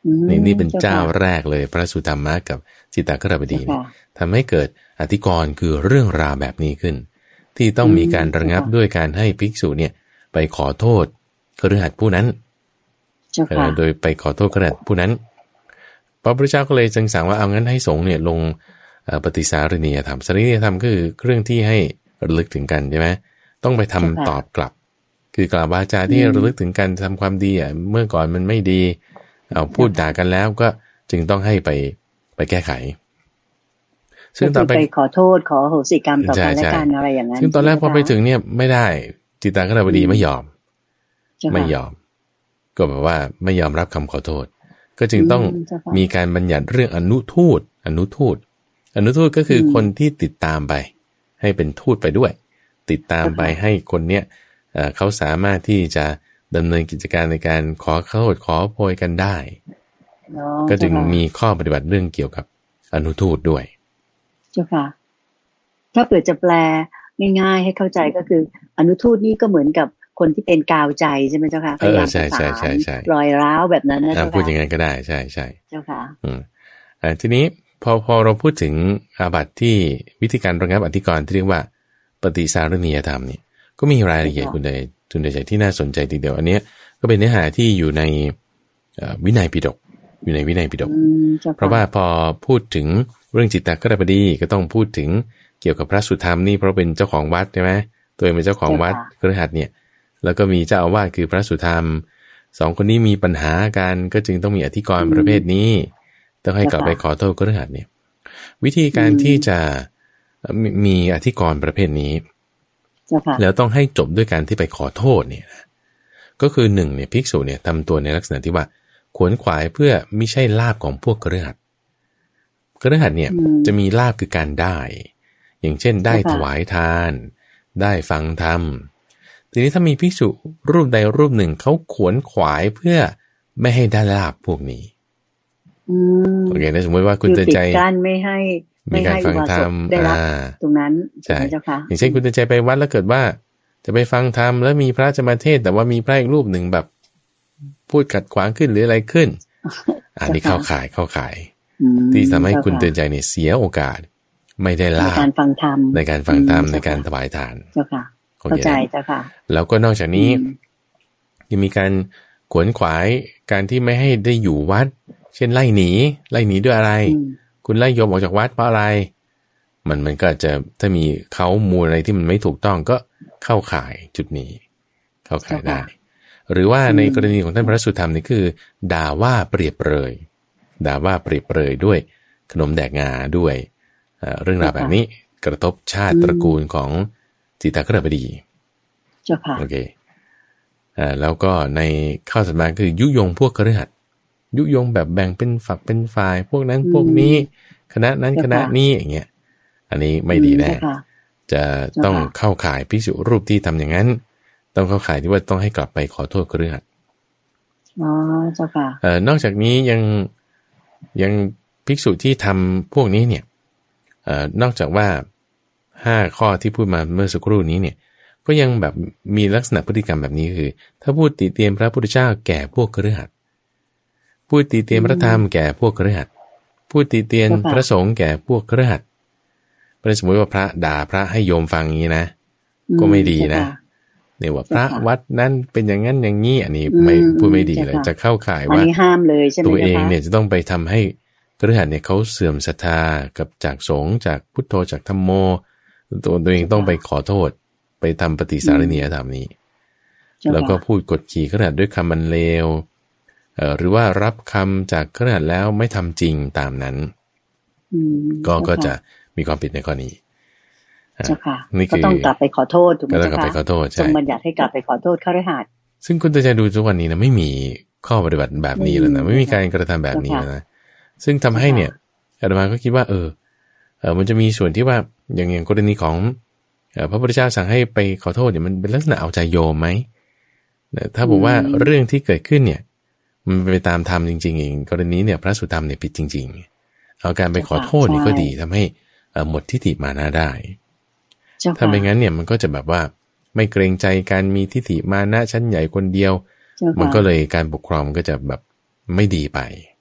นี่นี่เป็นเจ้าแรกเลยพระสุธรรมะกับจิตตคฤบดีเนี่ยทำให้เกิดอธิกรณ์คือเรื่องราวแบบนี้ขึ้นที่ต้องมีการระงับด้วยการให้ภิกษุเนี่ยไปขอโทษคฤหัสถ์ผู้นั้นโดยไปขอโทษคฤหัสถ์ผู้นั้นพระพุทธเจ้าก็เลยจึงสั่งว่าเอางั้นให้สงฆ์เนี่ยลงปฏิสารณียธรรมสารณียธรรมก็คือเครื่องที่ให้ระลึกถึงกันใช่ไหมต้องไปทำตอบกลับคือกล่าววาจาที่ระลึกถึงกันทำความดีอ่ะเมื่อก่อนมันไม่ดีเอาพูดด่ากันแล้วก็จึงต้องให้ไปไปแก้ไขซึ่งตอนไปขอโทษขอโหสิกรรมต่อกันและกันอะไรอย่างนั้นซึ่งตอนแรกพอไปถึงเนี่ยไม่ได้จิตตคฤบดีไม่ยอมไม่ยอมก็แบบว่าไม่ยอมรับคำขอโทษก็จึงต้องมีการบัญญัติเรื่องอนุทูตอนุทูตอนุทูตก็คือคนที่ติดตามไปให้เป็นทูตไปด้วยติดตามไปให้คนเนี้ยเขาสามารถที่จะดำเนินกิจการในการขอโทษขอโพยกันได้ก็จึงมีข้อปฏิบัติเรื่องเกี่ยวกับอนุทูตด้วยเจ้าค่ะถ้าเปิดจะแปลง่ายๆให้เข้าใจก็คืออนุทูตนี่ก็เหมือนกับคนที่เป็นกาวใจใช่ไหมเจ้าค่ะพยายามประสานรอยร้าวแบบนั้นนะเจ้าค่ะพูดอย่างนั้นก็ได้ใช่ใช่เจ้าค่ะอืมอ่าทีนี้พอพอเราพูดถึงอาบัติที่วิธีการระงับอธิกรณ์ที่เรียกว่าปฏิสารณียธรรมนี่ก็มีรายละเอียดคุณใดทุนใดใจที่น่าสนใจทีเดียวอันนี้ก็เป็นเนื้อหาที่อยู่ในวินัยปิฎกอยู่ในวินัยปิฎกเพราะว่าพอพูดถึงเรื่องจิตตคฤบดีก็ต้องพูดถึงเกี่ยวกับพระสุธรรมนี่เพราะเป็นเจ้าของวัดใช่ไหมตัวเองเป็นเจ้าของวัดคฤหัสถ์เนี่ยแล้วก็มีเจ้าอาวาสคือพระสุธรรมสองคนนี้มีปัญหากันก็จึงต้องมีอธิกรณ์ประเภทนี้ต้องให้กลับไปขอโทษคฤหัสถ์เนี่ยวิธีการที่จะมีอธิกรณ์ประเภทนี้แล้วต้องให้จบด้วยการที่ไปขอโทษเนี่ยก็คือหนึ่งเนี่ยภิกษุเนี่ยทำตัวในลักษณะที่ว่าขวนขวายเพื่อไม่ใช่ลาภของพวกคฤหัสถ์คฤหัสถ์เนี่ยจะมีลาภคือการได้อย่างเช่นได้ถวายทานได้ฟังธรรมทีนี้ถ้ามีภิกษุรูปใดรูปหนึ่งเขาขวนขวายเพื่อไม่ให้ได้ลาภพวกนี้โอเคนะสมมติว่าคุณเตือนใจการไม่ให้มีการฟังธรรมได้รับตรงนั้นใช่เจ้าค่ะอย่างเช่นคุณเตือนใจไปวัดแล้วเกิดว่าจะไปฟังธรรมแล้วมีพระจะมาเทศแต่ว่ามีพระอีกรูปหนึ่งแบบพูดขัดขวางขึ้นหรืออะไรขึ้นอันนี้เข้าข่ายเข้าข่ายที่ทำให้คุณเตือนใจเนี่ยเสียโอกาสไม่ได้ลาภในการฟังธรรมในการฟังธรรมในการถวายทานเจ้าค่ะเข้าใจเจ้าค่ะแล้วก็นอกจากนี้ยังมีการขวนขวายการที่ไม่ให้ได้อยู่วัดเช่นไล่หนีไล่หนีด้วยอะไรคุณไล่โยมออกจากวัดเพราะอะไรมันมันก็จะถ้ามีเขามูลอะไรที่มันไม่ถูกต้องก็เข้าข่ายจุดนี้เข้าข่ายได้หรือว่าในกรณีของท่านพระสุธรรมนี่คือด่าว่าเปรียบเปรยด่าว่าเปรียบเปรยด้วยขนมแดกงาด้วยเรื่องราวแบบนี้กระทบชาติตระกูลของจิตตคฤบดีเจ้าค่ะโอเคอ่าแล้วก็ในข้อถัดมาคือยุยงพวกคฤหัสถ์ยุยงแบบแบ่งเป็นฝักเป็นฝ่ายพวกนั้นพวกนี้คณะนั้นคณะนี้อย่างเงี้ยอันนี้ไม่ดีแน่จะต้องเข้าข่ายภิกษุรูปที่ทำอย่างนั้นต้องเข้าข่ายที่ว่าต้องให้กลับไปขอโทษคฤหัสถ์อ๋อเจ้าค่ะเอ่อนอกจากนี้ยังยังภิกษุที่ทำพวกนี้เนี่ยเอ่อนอกจากว่าห้าข้อที่พูดมาเมื่อสักครู่นี้เนี่ยก็ยังแบบมีลักษณะพฤติกรรมแบบนี้คือถ้าพูดติเตียนพระพุทธเจ้าแก่พวกคฤหัสถ์พูดติเตียนพระธรรมแก่พวกคฤหัสถ์พูดติเตียนพระสงฆ์แก่พวกคฤหัสถ์เป็นสมมติว่าพระด่าพระให้โยมฟังอย่างนี้นะก็ไม่ดีนะเนี่ยว่าพระวัดนั้นเป็นอย่างนั้นอย่างนี้อันนี้ไม่พูดไม่ดีเลยจะเข้าข่ายว่าห้ามเลยใช่ไหมตัวเองเนี่ยจะต้องไปทำให้คฤหัสถ์เนี่ยเขาเสื่อมศรัทธากับจากสงฆ์จากพุทโธจากธัมโมตัวตัวเองต้องไปขอโทษไปทำปฏิสารณียธรรมนี้แล้วก็พูดกดขี่คฤหัสถ์ด้วยคำมันเลวหรือว่ารับคำจากคฤหัสถ์แล้วไม่ทำจริงตามนั้นก็ก็จะมีความผิดในข้อนี้เจ้าค่ะก็ต้องกลับไปขอโทษถูกไหมเจ้าค่ะทรงบัญญัติให้กลับไปขอโทษคฤหัสถ์ซึ่งคุณจะดูทุกวันนี้นะไม่มีข้อปฏิบัติแบบนี้แล้วนะไม่มีการกระทำแบบนี้แล้วนะซึ่งทำให้เนี่ยอาตมาก็คิดว่าเออเออมันจะมีส่วนที่ว่าอย่างอย่างกรณีของพระพุทธเจ้าสั่งให้ไปขอโทษเนี่ยมันเป็นลักษณะเอาใจโยมไหมถ้าบอกว่าเรื่องที่เกิดขึ้นเนี่ยมันไปตามธรรมจริงๆเองกรณีเนี่ยพระสุธรรมเนี่ยผิดจริงๆเอาการไปขอโทษนี่ก็ดีทำให้หมดทิฏฐิมานะได้ถ้าไม่งั้นเนี่ยมันก็จะแบบว่าไม่เกรงใจการมีทิฏฐิมานะชั้นใหญ่คนเดียวมันก็เลยการปกครองก็จะแบบไม่ดีไป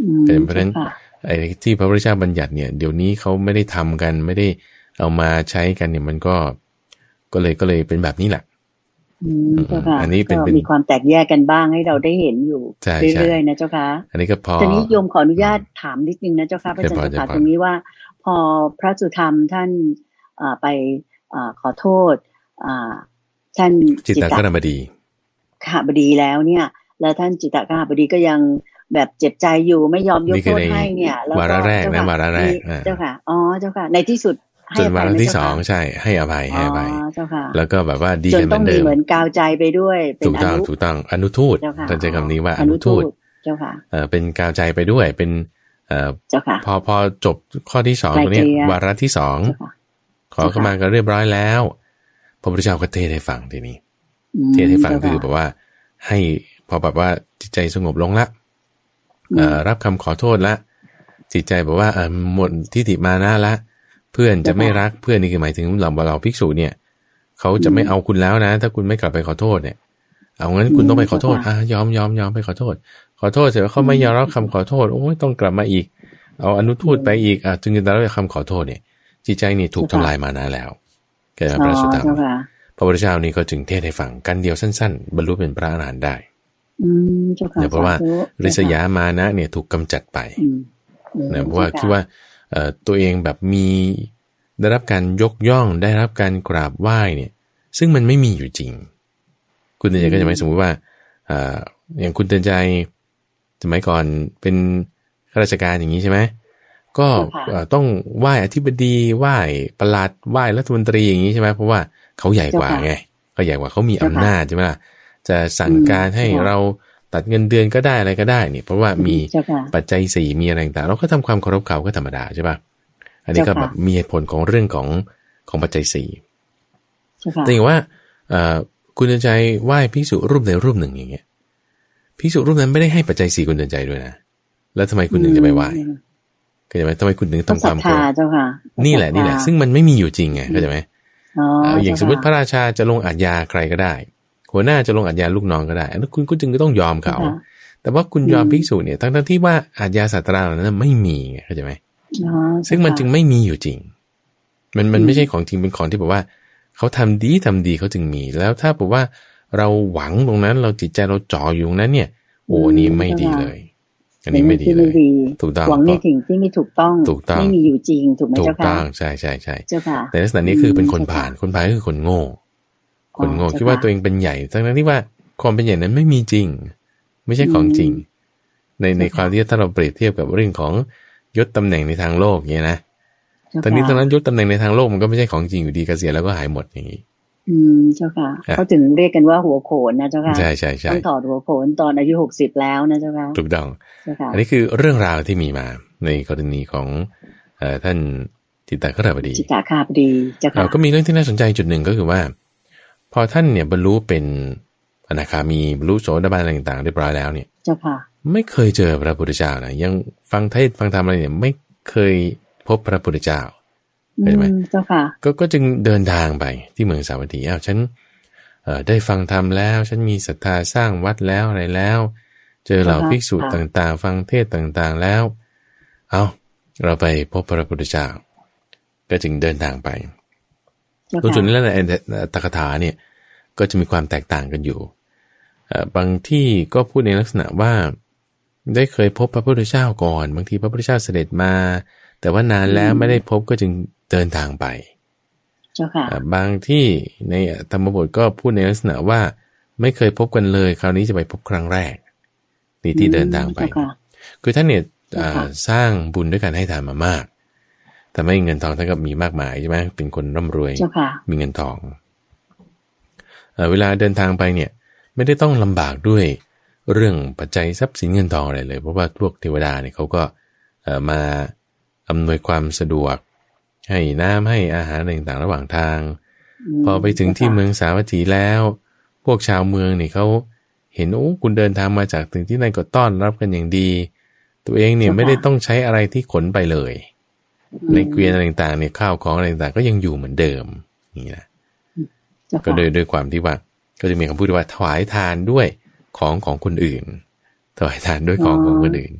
เพราะฉะนั้นไอ้ที่พระพุทธเจ้าบัญญัติเนี่ยเดี๋ยวนี้เขาไม่ได้ทำกันไม่ได้เอามาใช้กันเนี่ยมันก็ก็เลยก็เลยเป็นแบบนี้แหละอันนี้เป็นมีความแตกแยกกันบ้างให้เราได้เห็นอยู่เรื่อยๆนะเจ้าค่ะอันนี้ก็พอทีนี้โยมขออนุญาตถามนิดนึงนะเจ้าค่ะพระอาจารย์เจ้าค่ะตรงนี้ว่าพอพระสุธรรมท่านไปขอโทษท่านจิตตคหบดีขบดีแล้วเนี่ยแล้วท่านจิตตคหบดีก็ยังแบบเจ็บใจอยู่ไม่ยอมยกโทษให้เนี่ยแล้ววาระแรกนะวาระแรกเจ้าค่ะอ๋อเจ้าค่ะในที่สุดจนวาระที่สองใช่ให้อภัยให้อภัยแล้วก็แบบว่าดีกันเหมือนเดิมเหมือนกาวใจไปด้วยถูกต้องถูกต้องอนุทูตท่านใช้คำนี้ว่าอนุทูตเจ้าค่ะเออเป็นกาวใจไปด้วยเป็นเอ่อพอพอจบข้อที่สองตรงนี้วาระที่สองขอเข้ามากันเรียบร้อยแล้วพระพุทธเจ้าก็เทศให้ฟังทีนี้เทศให้ฟังคือแบบว่าให้พอแบบว่าจิตใจสงบลงละรับคำขอโทษละจิตใจแบบว่าหมดทิฏฐิมานะละเพื่อนจะไม่รักเพื่อนนี่คือหมายถึงเราเราภิกษุเนี่ยเขาจะไม่เอาคุณแล้วนะถ้าคุณไม่กลับไปขอโทษเนี่ยเอางั้นคุณต้องไปขอโทษอ่ะยอมยอมยอมไปขอโทษขอโทษเสร็จแล้วเขาไม่ยอมรับคำขอโทษโอ้ยต้องกลับมาอีกเอาอนุทูตไปอีกอ่ะจึงจะได้รับคำขอโทษเนี่ยจิตใจนี่ถูกทำลายมานะแล้วแก่พระสุตตังพระพุทธเจ้านี่ก็จึงเทศให้ฟังกันเดียวสั้นๆบรรลุเป็นพระอรหันต์ได้เนี่ยเพราะว่าริษยามานะเนี่ยถูกกำจัดไปเนี่ยเพราะว่าคิดว่าตัวเองแบบมีได้รับการยกย่องได้รับการกราบไหว้เนี่ยซึ่งมันไม่มีอยู่จริงคุณเตือนใจก็จะหมายสมมติว่าอย่างคุณเตือนใจสมัยก่อนเป็นข้าราชการอย่างนี้ใช่ไหมก็ต้องไหว้อธิบดีไหว้ปลัดไหว้รัฐมนตรีอย่างนี้ใช่ไหมเพราะว่าเขาใหญ่กว่าไงเขาใหญ่กว่าเขามีอำนาจใช่ไหมล่ะจะสั่งการให้เราตัดเงินเดือนก็ได้อะไรก็ได้เนี่ยเพราะว่ามีปัจจัยสี่มีอะไรต่างเราก็ทำความเคารพเขาก็ธรรมดาใช่ป่ะอันนี้ก็แบบมีเหตุผลของเรื่องของของปัจจัยสี่แต่อย่างว่าคุณเตือนใจไหว้ภิกษุรูปใดรูปหนึ่งอย่างเงี้ยภิกษุรูปนั้นไม่ได้ให้ปัจจัยสี่คุณเตือนใจด้วยนะแล้วทำไมคุณถึงจะไปไหว้เข้าใจไหมทำไมคุณถึงทำความเคารพนี่แหละนี่แหละซึ่งมันไม่มีอยู่จริงไงเข้าใจไหมอย่างสมมติพระราชาจะลงอาญาใครก็ได้หัวหน้าจะลงอาญาลูกน้องก็ได้แล้วคุณก็จึงก็ต้องยอมเขาแต่ว่าคุณยอมภิกษุเนี่ยทั้งๆที่ว่าอาญาศาสตราเหล่านั้นไม่มีไงเข้าใจไหมซึ่งมันจึงไม่มีอยู่จริงมันมันไม่ใช่ของจริงเป็นของที่แบบว่าเขาทำดีทำดีเขาจึงมีแล้วถ้าบอกว่าเราหวังตรงนั้นเราจิตใจเราจ่ออยู่ตรงนั้นเนี่ยโอ้นี่ไม่ดีเลยอันนี้ไม่ดีเลยถูกต้องหวังในสิ่งที่ไม่ถูกต้องไม่มีอยู่จริงถูกไหมเจ้าค่ะถูกต้องใช่ใช่ใช่แต่ลักษณะนี้คือเป็นคนผ่านคนผ่านคือคนโง่คนโง่คิดว่าตัวเองเป็นใหญ่ทั้งที่ว่าความเป็นใหญ่นั้นไม่มีจริงไม่ใช่ของจริงในในความที่ถ้าเราเปรียบเทียบกับเรื่องของยศตำแหน่งในทางโลกเนี่ยนะตอนนี้ตอนนั้นยศตำแหน่งในทางโลกมันก็ไม่ใช่ของจริงอยู่ดีเกษียณแล้วก็หายหมดอย่างนี้อืมเจ้าค่ะเขาถึงเรียกกันว่าหัวโขนนะเจ้าค่ะใช่ใช่ใช่ต้องถอดหัวโขนตอนอายุหกสิบแล้วนะเจ้าค่ะถูกต้องอันนี้คือเรื่องราวที่มีมาในกรณีของท่านจิตตคหบดีจิตตคหบดีเจ้าค่ะก็มีเรื่องที่น่าสนใจจุดหนึ่งก็คือว่าพอท่านเนี่ยบรรลุเป็นอนาคามีบรรลุโสดาบันอะไรต่างๆเรียบร้อยแล้วเนี่ยเจ้าค่ะไม่เคยเจอพระพุทธเจ้านะยังฟังเทศน์ฟังธรรมอะไรเนี่ยไม่เคยพบพระพุทธเจ้าเห็นไหมเจ้าค่ะก็ก็จึงเดินทางไปที่เมืองสาวัตถีอ้าวฉันเอ่อได้ฟังธรรมแล้วฉันมีศรัทธาสร้างวัดแล้วอะไรแล้วเจอเหล่าภิกษุต่างๆฟังเทศน์ต่างๆแล้วเอาเราไปพบพระพุทธเจ้าก็จึงเดินทางไปตรงจุดนี้แล้วในอัตถกถาเนี่ยก็จะมีความแตกต่างกันอยู่บางที่ก็พูดในลักษณะว่าได้เคยพบพระพุทธเจ้าก่อนบางทีพระพุทธเจ้าเสด็จมาแต่ว่านานแล้วไม่ได้พบก็จึงเดินทางไปบางที่ในธรรมบทก็พูดในลักษณะว่าไม่เคยพบกันเลยคราวนี้จะไปพบครั้งแรกนี่ที่เดินทางไปคือท่านเนี่ยสร้างบุญด้วยการให้ทานมามากแต่ไม่เงินทองท่านก็มีมากมายใช่ไหมเป็นคนร่ำรวยมีเงินทองเวลาเดินทางไปเนี่ยไม่ได้ต้องลำบากด้วยเรื่องปัจจัยทรัพย์สินเงินทองอะไรเลยเพราะว่าพวกเทวดาเนี่ยเขาก็มาอำนวยความสะดวกให้น้ำให้อาหารต่างๆระหว่างทางพอไปถึงที่เมืองสาวัตถีแล้วพวกชาวเมืองนี่เขาเห็นโอ้คุณเดินทางมาจากถึงที่นั่นก็ต้อนรับกันอย่างดีตัวเองเนี่ยไม่ได้ต้องใช้อะไรที่ขนไปเลยในเกวียนอะไรต่างๆเนี่ยข้าวของอะไรต่างๆก็ยังอยู่เหมือนเดิมนี่นะก็โดยด้วยความที่ว่าก็จะมีคำพูดว่าถวายทานด้วยของของคนอื่นถวายทานด้วยของของคนอื่น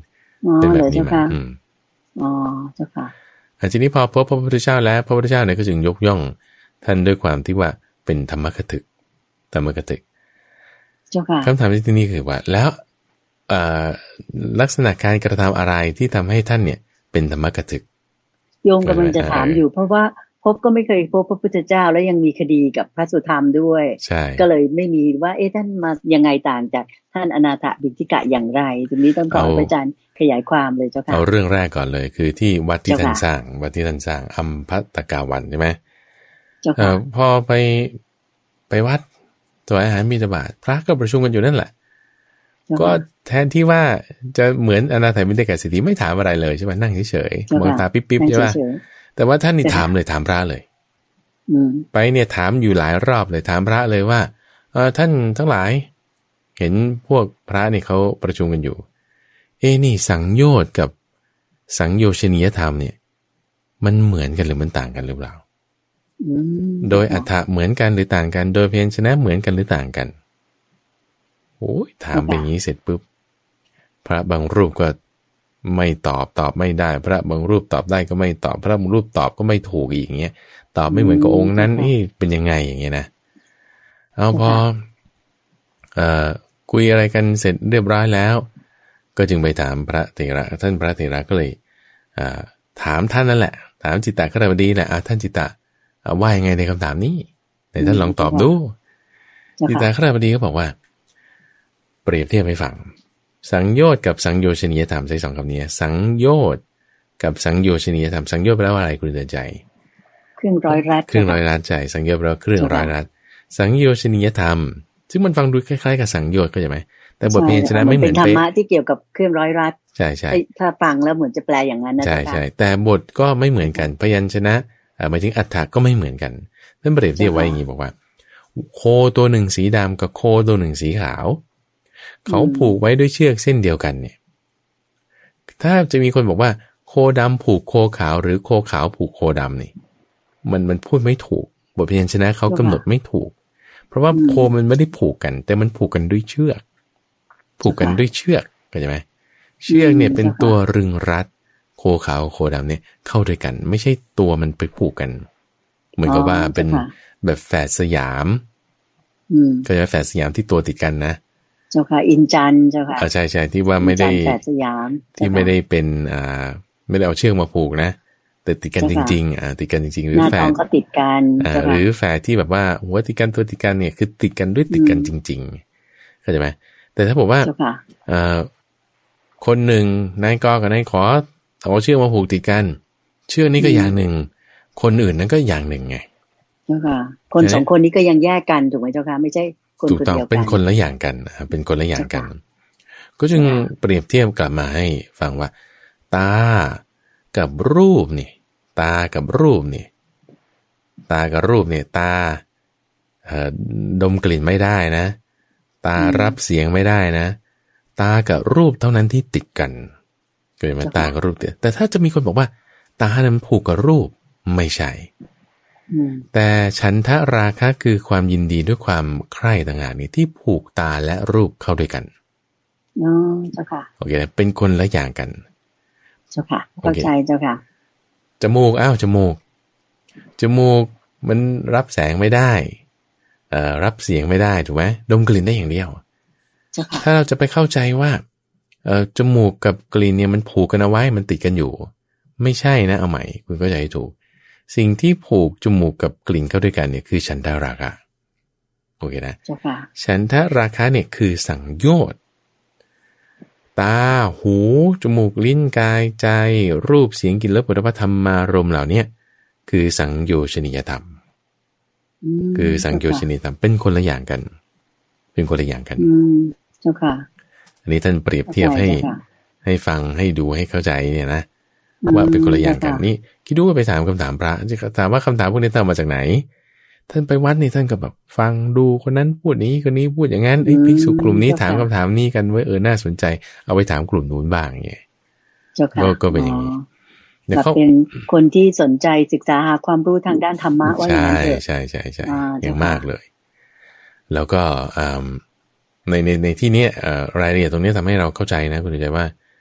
เป็นแบบนี้มาอ๋อเจ้าค่ะทีนี้พอพบพระพุทธเจ้าแล้วพระพุทธเจ้าเนี่ยก็จึงยกย่องท่านด้วยความที่ว่าเป็นธรรมคถึกธรรมคถึกคำถามที่นี่คือว่าแล้วลักษณะการกระทำอะไรที่ทำให้ท่านเนี่ยเป็นธรรมคถึกโยมกำลังจะถามอยู่เพราะว่าพบก็ไม่เคยพบพระพุทธเจ้าแล้วยังมีคดีกับพระสุธรรมด้วยก็เลยไม่มีว่าเอ๊ะท่านมายังไงต่างจากท่านอนาถบิณฑิกะอย่างไรตรงนี้ต้องขอพระอาจารย์ขยายความเลยเจ้าค่ะเอาเรื่องแรกก่อนเลยคือที่วัดที่ท่านสร้างวัดที่ท่านสร้างอัมภัตกาวันใช่ไหมพอไปไปวัดถวายอาหารบิณฑบาตพระก็ประชุมกันอยู่นั่นแหละก็แทนที่ว่าจะเหมือนอนาถบิณฑิกะเศรษฐีไม่ถามอะไรเลยใช่ไหมนั่งเฉยๆมองตาปิ๊บๆใช่ไหมแต่ว่าท่านนี่ถามเลยถามพระเลยไปเนี่ยถามอยู่หลายรอบเลยถามพระเลยว่าเออท่านทั้งหลายเห็นพวกพระนี่เขาประชุมกันอยู่เอ้นี่สังโยชน์กับสังโยชนียธรรมเนี่ยมันเหมือนกันหรือมันต่างกันหรือเปล่าโดยอรรถะเหมือนกันหรือต่างกันโดยพยัญชนะเหมือนกันหรือต่างกันโอ้ยถามเป็นอย่างนี้เสร็จปุ๊บพระบางรูปก็ไม่ตอบตอบไม่ได้พระบางรูปตอบได้ก็ไม่ตอบพระบางรูปตอบก็ไม่ถูกอีกอย่างเงี้ยตอบไม่เหมือนกับองค์นั้นนี่เป็นยังไงอย่างเงี้ยนะเอาพอเอ่อคุยอะไรกันเสร็จเรียบร้อยแล้วก็จึงไปถามพระเถระท่านพระเถระก็เลยอ่าถามท่านนั่นแหละถามจิตตคฤหบดีแหละท่านจิตตะว่ายังไงในคำถามนี้แต่ท่านลองตอบดูจิตตคฤหบดีก็บอกว่าเปรียบเทียบให้ฟังสังโยชน์กับสังโยชนียธรรมใช้สองคำนี้สังโยชน์กับสังโยชนียธรรมสังโยชน์แปลว่าอะไรคุณเตือนใจเครื่องร้อยรัดเครื่องร้อยรัดใจสังโยชน์แปลว่าเครื่องร้อยรัดสังโยชนียธรรมซึ่งมันฟังดูคล้ายๆกับสังโยชน์ก็ใช่ไหมแต่บทเพลงชนะไม่เหมือนเป็นธรรมะที่เกี่ยวกับเครื่องร้อยรัดใช่ใช่ถ้าฟังแล้วเหมือนจะแปลอย่างนั้นนะใช่ใช่แต่บทก็ไม่เหมือนกันพยัญชนะหมายถึงอรรถะก็ไม่เหมือนกันท่านเปรียบเทียบไว้อย่างนี้บอกว่าโคตัวหนึ่งสีดำกับโคตัวหนึ่งสีขาวเขาผูกไว้ด้วยเชือกเส้นเดียวกันเนี่ยถ้าจะมีคนบอกว่าโคดำผูกโคขาวหรือโคขาวผูกโคดำนี่มันมันพูดไม่ถูกบทพยัญชนะเขากำหนดไม่ถูกเพราะว่าโคมันไม่ได้ผูกกันแต่มันผูกกันด้วยเชือกผูกกันด้วยเชือกเข้าใจไหมเชือกเนี่ยเป็นตัวรึงรัดโคขาวโคดำเนี่ยเข้าด้วยกันไม่ใช่ตัวมันไปผูกกันเหมือนกับว่าเป็นแบบแฝดสยามก็จะแฝดสยามที่ตัวติดกันนะเจ้าค่ะอินจันเจ้าค่ะใช่ใช่ที่ว่าไม่ได้ที่ไม่ได้เป็นอ่าไม่ได้เอาเชือกมาผูกนะแต่ติดกันจริงๆอ่าติดกันจริงๆหรือแฝดก็ติดกันอ่าหรือแฝดที่แบบว่าหัวติดกันตัวติดกันเนี่ยคือติดกันด้วยติดกันจริงๆเข้าใจไหมแต่ถ้าบอกว่าอ่าคนหนึ่งนายกกับนายขอเอาเชือกมาผูกติดกันเชือกนี้ก็อย่างหนึ่งคนอื่นนั้นก็อย่างหนึ่งไงเจ้าค่ะคนสองคนนี้ก็ยังแยกกันถูกไหมเจ้าค่ะไม่ใช่ถูกต้องเป็นคนละอย่างกันเป็นคนละอย่างกันก็จึงเปรียบเทียบกลับมาให้ฟังว่าตากับรูปนี่ตากับรูปนี่ตากับรูปเนี่ยตาดมกลิ่นไม่ได้นะตารับเสียงไม่ได้นะตากับรูปเท่านั้นที่ติดกันเกิดมาตากับรูปติดแต่ถ้าจะมีคนบอกว่าตานั้นผูกกับรูปไม่ใช่แต่ฉันทะราคะคือความยินดีด้วยความใคร่ต่างหากนี่ที่ผูกตาและรูปเข้าด้วยกันอ๋อเจ้าค่ะโอเคเป็นคนละอย่างกันเจ้าค่ะเข้าใจเจ้าค่ะจมูกอ้าวจมูกจมูกมันรับแสงไม่ได้เอ่อรับเสียงไม่ได้ถูกไหมดมกลิ่นได้อย่างเดียวเจ้าค่ะถ้าเราจะไปเข้าใจว่าเอ่อจมูกกับกลิ่นเนี่ยมันผูกกันเอาไว้มันติดกันอยู่ไม่ใช่นะเอาใหม่คุณเข้าใจให้ถูกสิ่งที่ผูกจมูกกับกลิ่นเข้าด้วยกันเนี่ยคือฉันทราคะโอเคนะฉันทราคะเนี่ยคือสังโยชน์ตาหูจมูกลิ้นกายใจรูปเสียงกลิ่นรสโผฏฐัพพะธรรมารมณ์เหล่านี้คือสังโยชนียธรรมคือสังโยชนียธรรมเป็นคนละอย่างกันเป็นคนละอย่างกันเจ้าค่ะอันนี้ท่านเปรียบเทียบให้ให้ฟังให้ดูให้เข้าใจเนี่ยนะว่าเป็นคนละอย่างกันนี่คิดดูว่าไปถามคำถามพระจะถามว่าคำถามพวกนี้ท่านมาจากไหนท่านไปวัดนี่ท่านก็แบบฟังดูคนนั้นพูดนี้คนนี้พูดอย่างนั้นไอ้ภิกษุกลุ่มนี้ถามคำถามนี้กันไว้เออน่าสนใจเอาไปถามกลุ่มนู้นบ้างอย่างเงี้ยก็ก็เป็นอย่างนี้แล้วเขาเป็นคนที่สนใจศึกษาหาความรู้ทางด้านธรรมะว่าอย่างนั้นเถอะใช่ใช่ใช่อย่างมากเลยแล้วก็ในในในที่นี้รายละเอียดตรงนี้ทำให้เราเข้าใจนะคุณใจว่า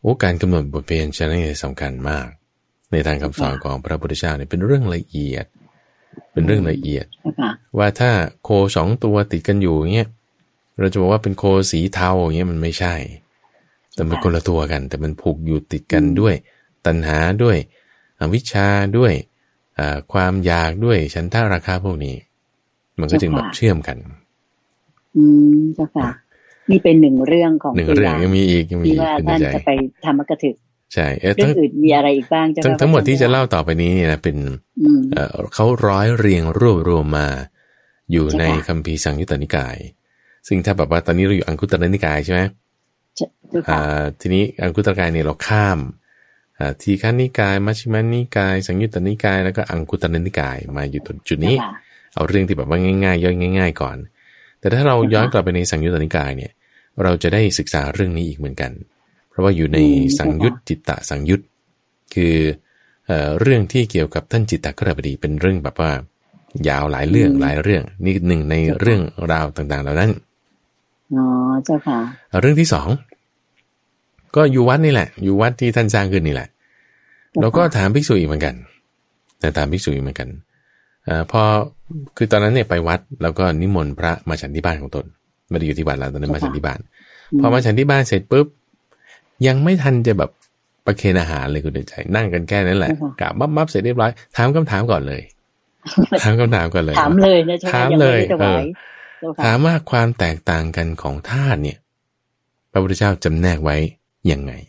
โอ้การกำหนดบทเพลงชนะนี่สำคัญมากในทางคำสอนของพระพุทธเจ้าเนี่ยเป็นเรื่องละเอียดเป็นเรื่องละเอียดว่าถ้าโคสองตัวติดกันอยู่เงี้ยเราจะบอกว่าเป็นโคสีเทาอย่างเงี้ยมันไม่ใช่แต่มันคนละตัวกันแต่มันผูกอยู่ติดกันด้วยตัณหาด้วยอวิชชาด้วยความอยากด้วยฉันทราคะพวกนี้มันก็จึงแบบเชื่อมกันอืมเจ้าค่ะนี่เป็นหนึ่งเรื่องของหนึ่งเรื่องยังมีอีกยังมีที่ว่าท่านจะไปธรรมกถึกใช่เรื่องอื่นมีอะไรอีกบ้างทั้งทั้งหมดที่จะเล่าต่อไปนี้เนี่ยนะเป็นเขาร้อยเรียงรวบรวมมาอยู่ในคัมภีร์สังยุตตนิกายซึ่งถ้าแบบว่าตอนนี้เราอยู่อังคุตรนิกายใช่ไหมทีนี้อังคุตรนิกายเนี่ยเราข้ามทีฆนิกายมัชฌิมานิกายสังยุตตนิกายแล้วก็อังคุตรนิกายมาอยู่จุดนี้เอาเรื่องที่แบบว่าง่ายๆย่อยง่ายๆก่อนแต่ถ้าเราย้อนกลับไปในสังยุตตนิกายเนี่ยเราจะได้ศึกษาเรื่องนี้อีกเหมือนกันเพราะว่าอยู่ในสังยุตจิตตสังยุตคือเอ่อเรื่องที่เกี่ยวกับท่านจิตตคฤบดีเป็นเรื่องแบบว่ายาวหลายเรื่องหลายเรื่องนี่หนึ่งในเรื่องราวต่างๆเหล่านั้นอ๋อเจ้าค่ะเรื่องที่สองก็อยู่วัดนี่แหละอยู่วัดที่ท่านสร้างขึ้นนี่แหละเราก็ถามภิกษุอีกเหมือนกันแต่ถามภิกษุอีกเหมือนกันอ่าพอคือตอนนั้นเนี่ยไปวัดแล้วก็นิมนต์พระมาฉันที่บ้านของตนไม่ได้อยู่ที่วัดแล้วตอนนั้นมาฉันที่บ้านพอมาฉันที่บ้านเสร็จปุ๊บยังไม่ทันจะแบบประเคนอาหารเลยคุณเดินใจนั่งกันแค่นั้นแหละกะบับบับเสร็จเรียบร้อยถามคำถามก่อนเลยถามคำถามก่อนเลยถามเลยนะถามเลยเออถามว่าความแตกต่างกันของธาตุเนี่ยพระพุทธเจ้าจำแนกไว้ยังไง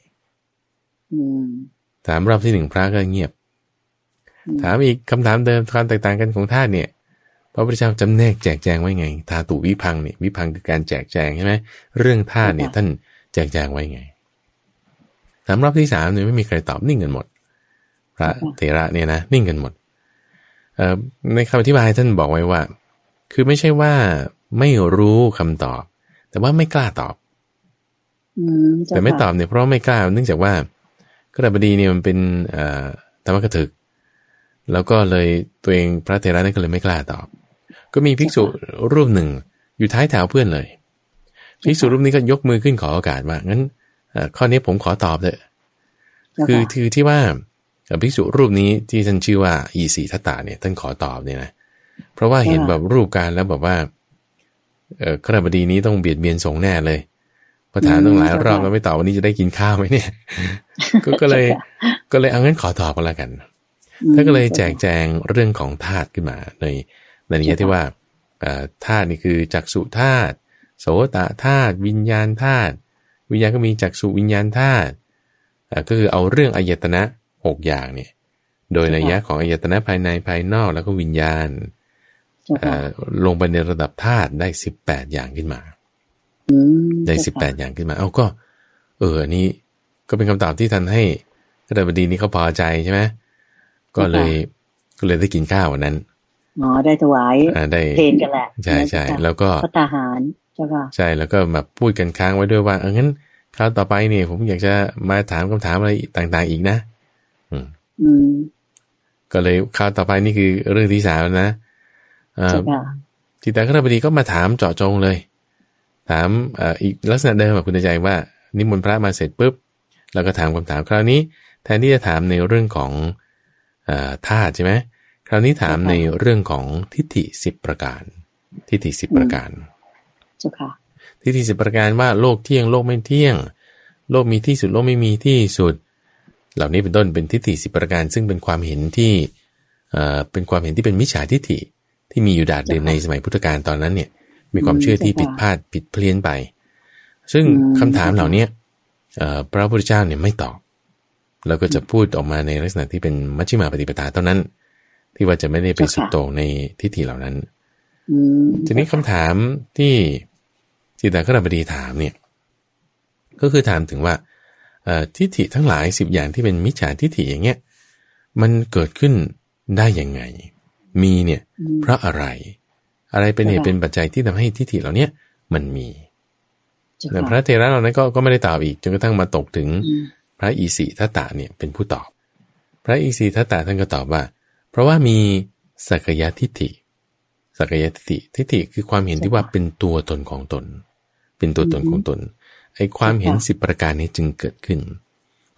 ถามรอบที่หนึ่งพระก็เงียบถามอีกคำถามเดิมความแตกต่างกันของธาตุเนี่ยพระพุทธเจ้าจำแนกแจกแจงไว้ไงธาตุวิภังเนี่ยวิภังคือการแจกแจงใช่ไหมเรื่องธาตุเนี่ยท่านแจกแจงไว้ไงถามรอบที่สามเนี่ยไม่มีใครตอบนิ่งกันหมดพระเถระเนี่ยนะนิ่งกันหมดเอ่อในคำอธิบายท่านบอกไว้ว่าคือไม่ใช่ว่าไม่รู้คำตอบแต่ว่าไม่กล้าตอบแต่ไม่ตอบเนี่ยเพราะไม่กล้าเนื่องจากว่าคฤบดีเนี่ยมันเป็นเอ่อธรรมกถึกแล้วก็เลยตัวเองพระเถระนั่นก็เลยไม่กล้าตอบก็มีภิกษุรูปหนึ่งอยู่ท้ายแถวเพื่อนเลยภิกษุรูปนี้ก็ยกมือขึ้นขอโอกาสว่างั้นข้อนี้ผมขอตอบเถอะคือคือที่ว่าภิกษุรูปนี้ที่ท่านชื่อว่าอีสีทัตตาเนี่ยท่านขอตอบเนี่ยนะเพราะว่าเห็นแบบรูปการแล้วแบบว่าเออคฤบดีนี้ต้องเบียดเบียนสงฆ์แน่เลยพอถามต้องหลายรอบแล้วไม่ตอบวันนี้จะได้กินข้าวไหมเนี่ยก็เลยก็เลยเอางั้นขอตอบกันแล้วกันท่านก็เลยแจกแจงเรื่องของธาตุขึ้นมาในในนี้ที่ว่าธาตุนี่คือจักษุธาตุโสตธาตุวิญญาณธาตุวิญญาณก็มีจักษุวิญญาณธาตุก็คือเอาเรื่องอายตนะหกอย่างเนี่ยโดยนัยยะของอายตนะภายในภายนอกแล้วก็วิญญาณลงไปในระดับธาตุได้สิบแปดอย่างขึ้นมาได้สิบแปดอย่างขึ้นมาเอาก็เอออันนี้ก็เป็นคำตอบที่ท่านให้คฤบดีนี้เขาพอใจใช่ไหมก็เลยก็เลยได้กินข้าววันนั้นอ๋อได้ถวายเพลกันแหละใช่ใช่แล้วก็พระทหารใช่ป่ะใช่แล้วก็แบบพูดกันค้างไว้ด้วยว่าเอองั้นคราวต่อไปเนี่ยผมอยากจะมาถามคำถามอะไรต่างๆอีกนะอืมอืมก็เลยคราวต่อไปนี่คือเรื่องที่สามนะอ่าจิตตคฤบดีก็มาถามเจาะจงเลยถามอ่าอีกลักษณะเดิมแบบคุณใจว่านิมนต์พระมาเสร็จปุ๊บแล้วก็ถามคำถามคราวนี้แทนที่จะถามในเรื่องของธาตุใช่ไหมคราวนี้ถามในเรื่องของทิฏฐิสิบประการทิฏฐิสิบประการทิฏฐิสิบประการว่าโลกเที่ยงโลกไม่เที่ยงโลกมีที่สุดโลกไม่มีที่สุดเหล่านี้เป็นต้นเป็นทิฏฐิสิบประการซึ่งเป็นความเห็นที่เอ่อเป็นความเห็นที่เป็นมิจฉาทิฏฐิที่มีอยู่ดาดเดินในสมัยพุทธกาลตอนนั้นเนี่ยมีความเชื่อที่ผิดพลาดผิดเพี้ยนไปซึ่งคำถามเหล่านี้พระพุทธเจ้าเนี่ยไม่ตอบแล้วก็จะพูดออกมาในลักษณะที่เป็นมัชฌิมาปฏิปทาเท่านั้นที่ว่าจะไม่ได้ไปสุดโต่งในทิฏฐิเหล่านั้นทีนี้คำถามที่จิตตคฤบดีถามเนี่ยก็คือถามถึงว่าทิฏฐิทั้งหลายสิบอย่างที่เป็นมิจฉาทิฏฐิอย่างเงี้ยมันเกิดขึ้นได้ยังไงมีเนี่ยเพราะอะไรอะไรเป็นเหตุเป็นปัจจัยที่ทำให้ทิฏฐิเหล่านี้มันมีแต่พระเถระเหล่านั้นก็ก็ไม่ได้ตอบอีกจนกระทั่งมาตกถึงพระอีสีทัตตะเนี่ยเป็นผู้ตอบพระอีสีทัตตะท่านก็ตอบว่าเพราะว่ามีสักยทิฏฐิสักยทิฏฐิทิฏฐิคือความเห็นที่ว่าเป็นตัวตนของตนเป็นตัวตนของตนไอ้ความเห็นสิบประการนี้จึงเกิดขึ้น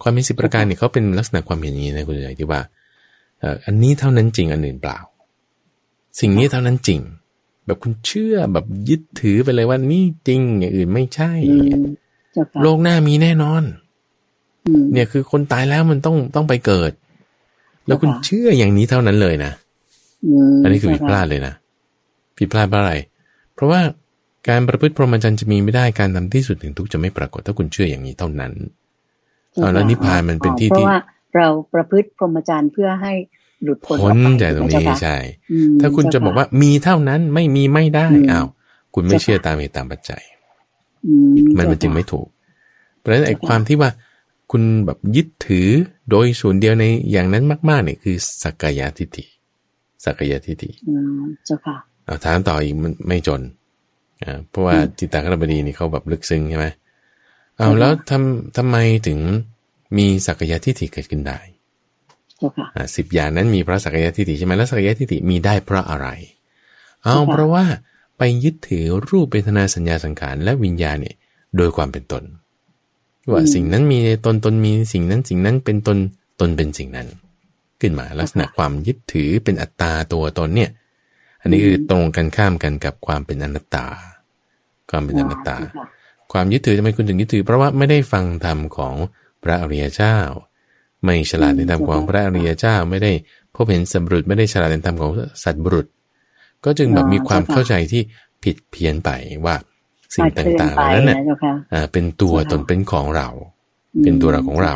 ความเห็นสิบประการเนี่ยเขาเป็นลักษณะความเห็นอย่างนี้นะคุณใจที่ว่าเอ่ออันนี้เท่านั้นจริงอันอื่นเปล่าสิ่งนี้เท่านั้นจริงแบบคุณเชื่อแบบยึดถือไปเลยว่านี่จริงอย่างอื่นไม่ใช่โลกหน้ามีแน่นอนเนี่ยคือคนตายแล้วมันต้องต้องไปเกิดแล้วคุณเชื่ออย่างนี้เท่านั้นเลยนะอันนี้คือผิดพลาดเลยนะผิดพลาดเพราะอะไรเพราะว่าการประพฤติพรหมจรรย์จะมีไม่ได้การทำที่สุดถึงทุกข์จะไม่ปรากฏถ้าคุณเชื่ออย่างนี้เท่านั้นแล้วนิพพานมันเป็นที่ที่เพราะว่าเราประพฤติพรหมจรรย์เพื่อให้หลุดพ้นจากตรงนี้ใช่ถ้าคุณจะบอกว่ามีเท่านั้นไม่มีไม่ได้อ้าวคุณไม่เชื่อตามเหตุตามปัจจัยมันมันจึงไม่ถูกเพราะฉะนั้นไอ้ความที่ว่าคุณแบบยึดถือโดยส่วนเดียวในอย่างนั้นมากๆเนี่ยคือสักกายทิฏฐิสักกายทิฏฐิเจ้าค่ะเอาถามต่ออีกมันไม่จนอ่าเพราะว่าจิตตคฤบดีนี่เขาแบบลึกซึ้งใช่ไหมเอาแล้วทำทำไมถึงมีสักกายทิฏฐิเกิดขึ้นได้อ่าสิบอย่างนั้นมีเพราะสักกายทิฏฐิใช่ไหมแล้วสักกายทิฏฐิมีได้เพราะอะไรเอาเพราะว่าไปยึดถือรูปเวทนาสัญญาสังขารและวิญญาณเนี่ยโดยความเป็นตนว่าสิ่งนั้นมีตนตนมีสิ่งนั้นสิ่งนั้นเป็นตนตนเป็นสิ่งนั้นขึ้นมาลักษณะความยึดถือเป็นอัตตาตัวตนเนี่ยอันนี้คือตรงกันข้ามกันกับความเป็นอนัตตาความเป็นอนัตตาความยึดถือทำไมคุณถึงยึดถือเพราะว่าไม่ได้ฟังธรรมของพระอริยเจ้าไม่ฉลาดในธรรมของพระอริยเจ้าไม่ได้พบเห็นสัตว์บุรุษไม่ได้ฉลาดในธรรมของสัตว์บุรุษก็จึงแบบมีความเข้าใจที่ผิดเพี้ยนไปว่าสิ่งต่างๆนั้นน่ะเป็นตัวตนเป็นของเราเป็นตัวเราของเรา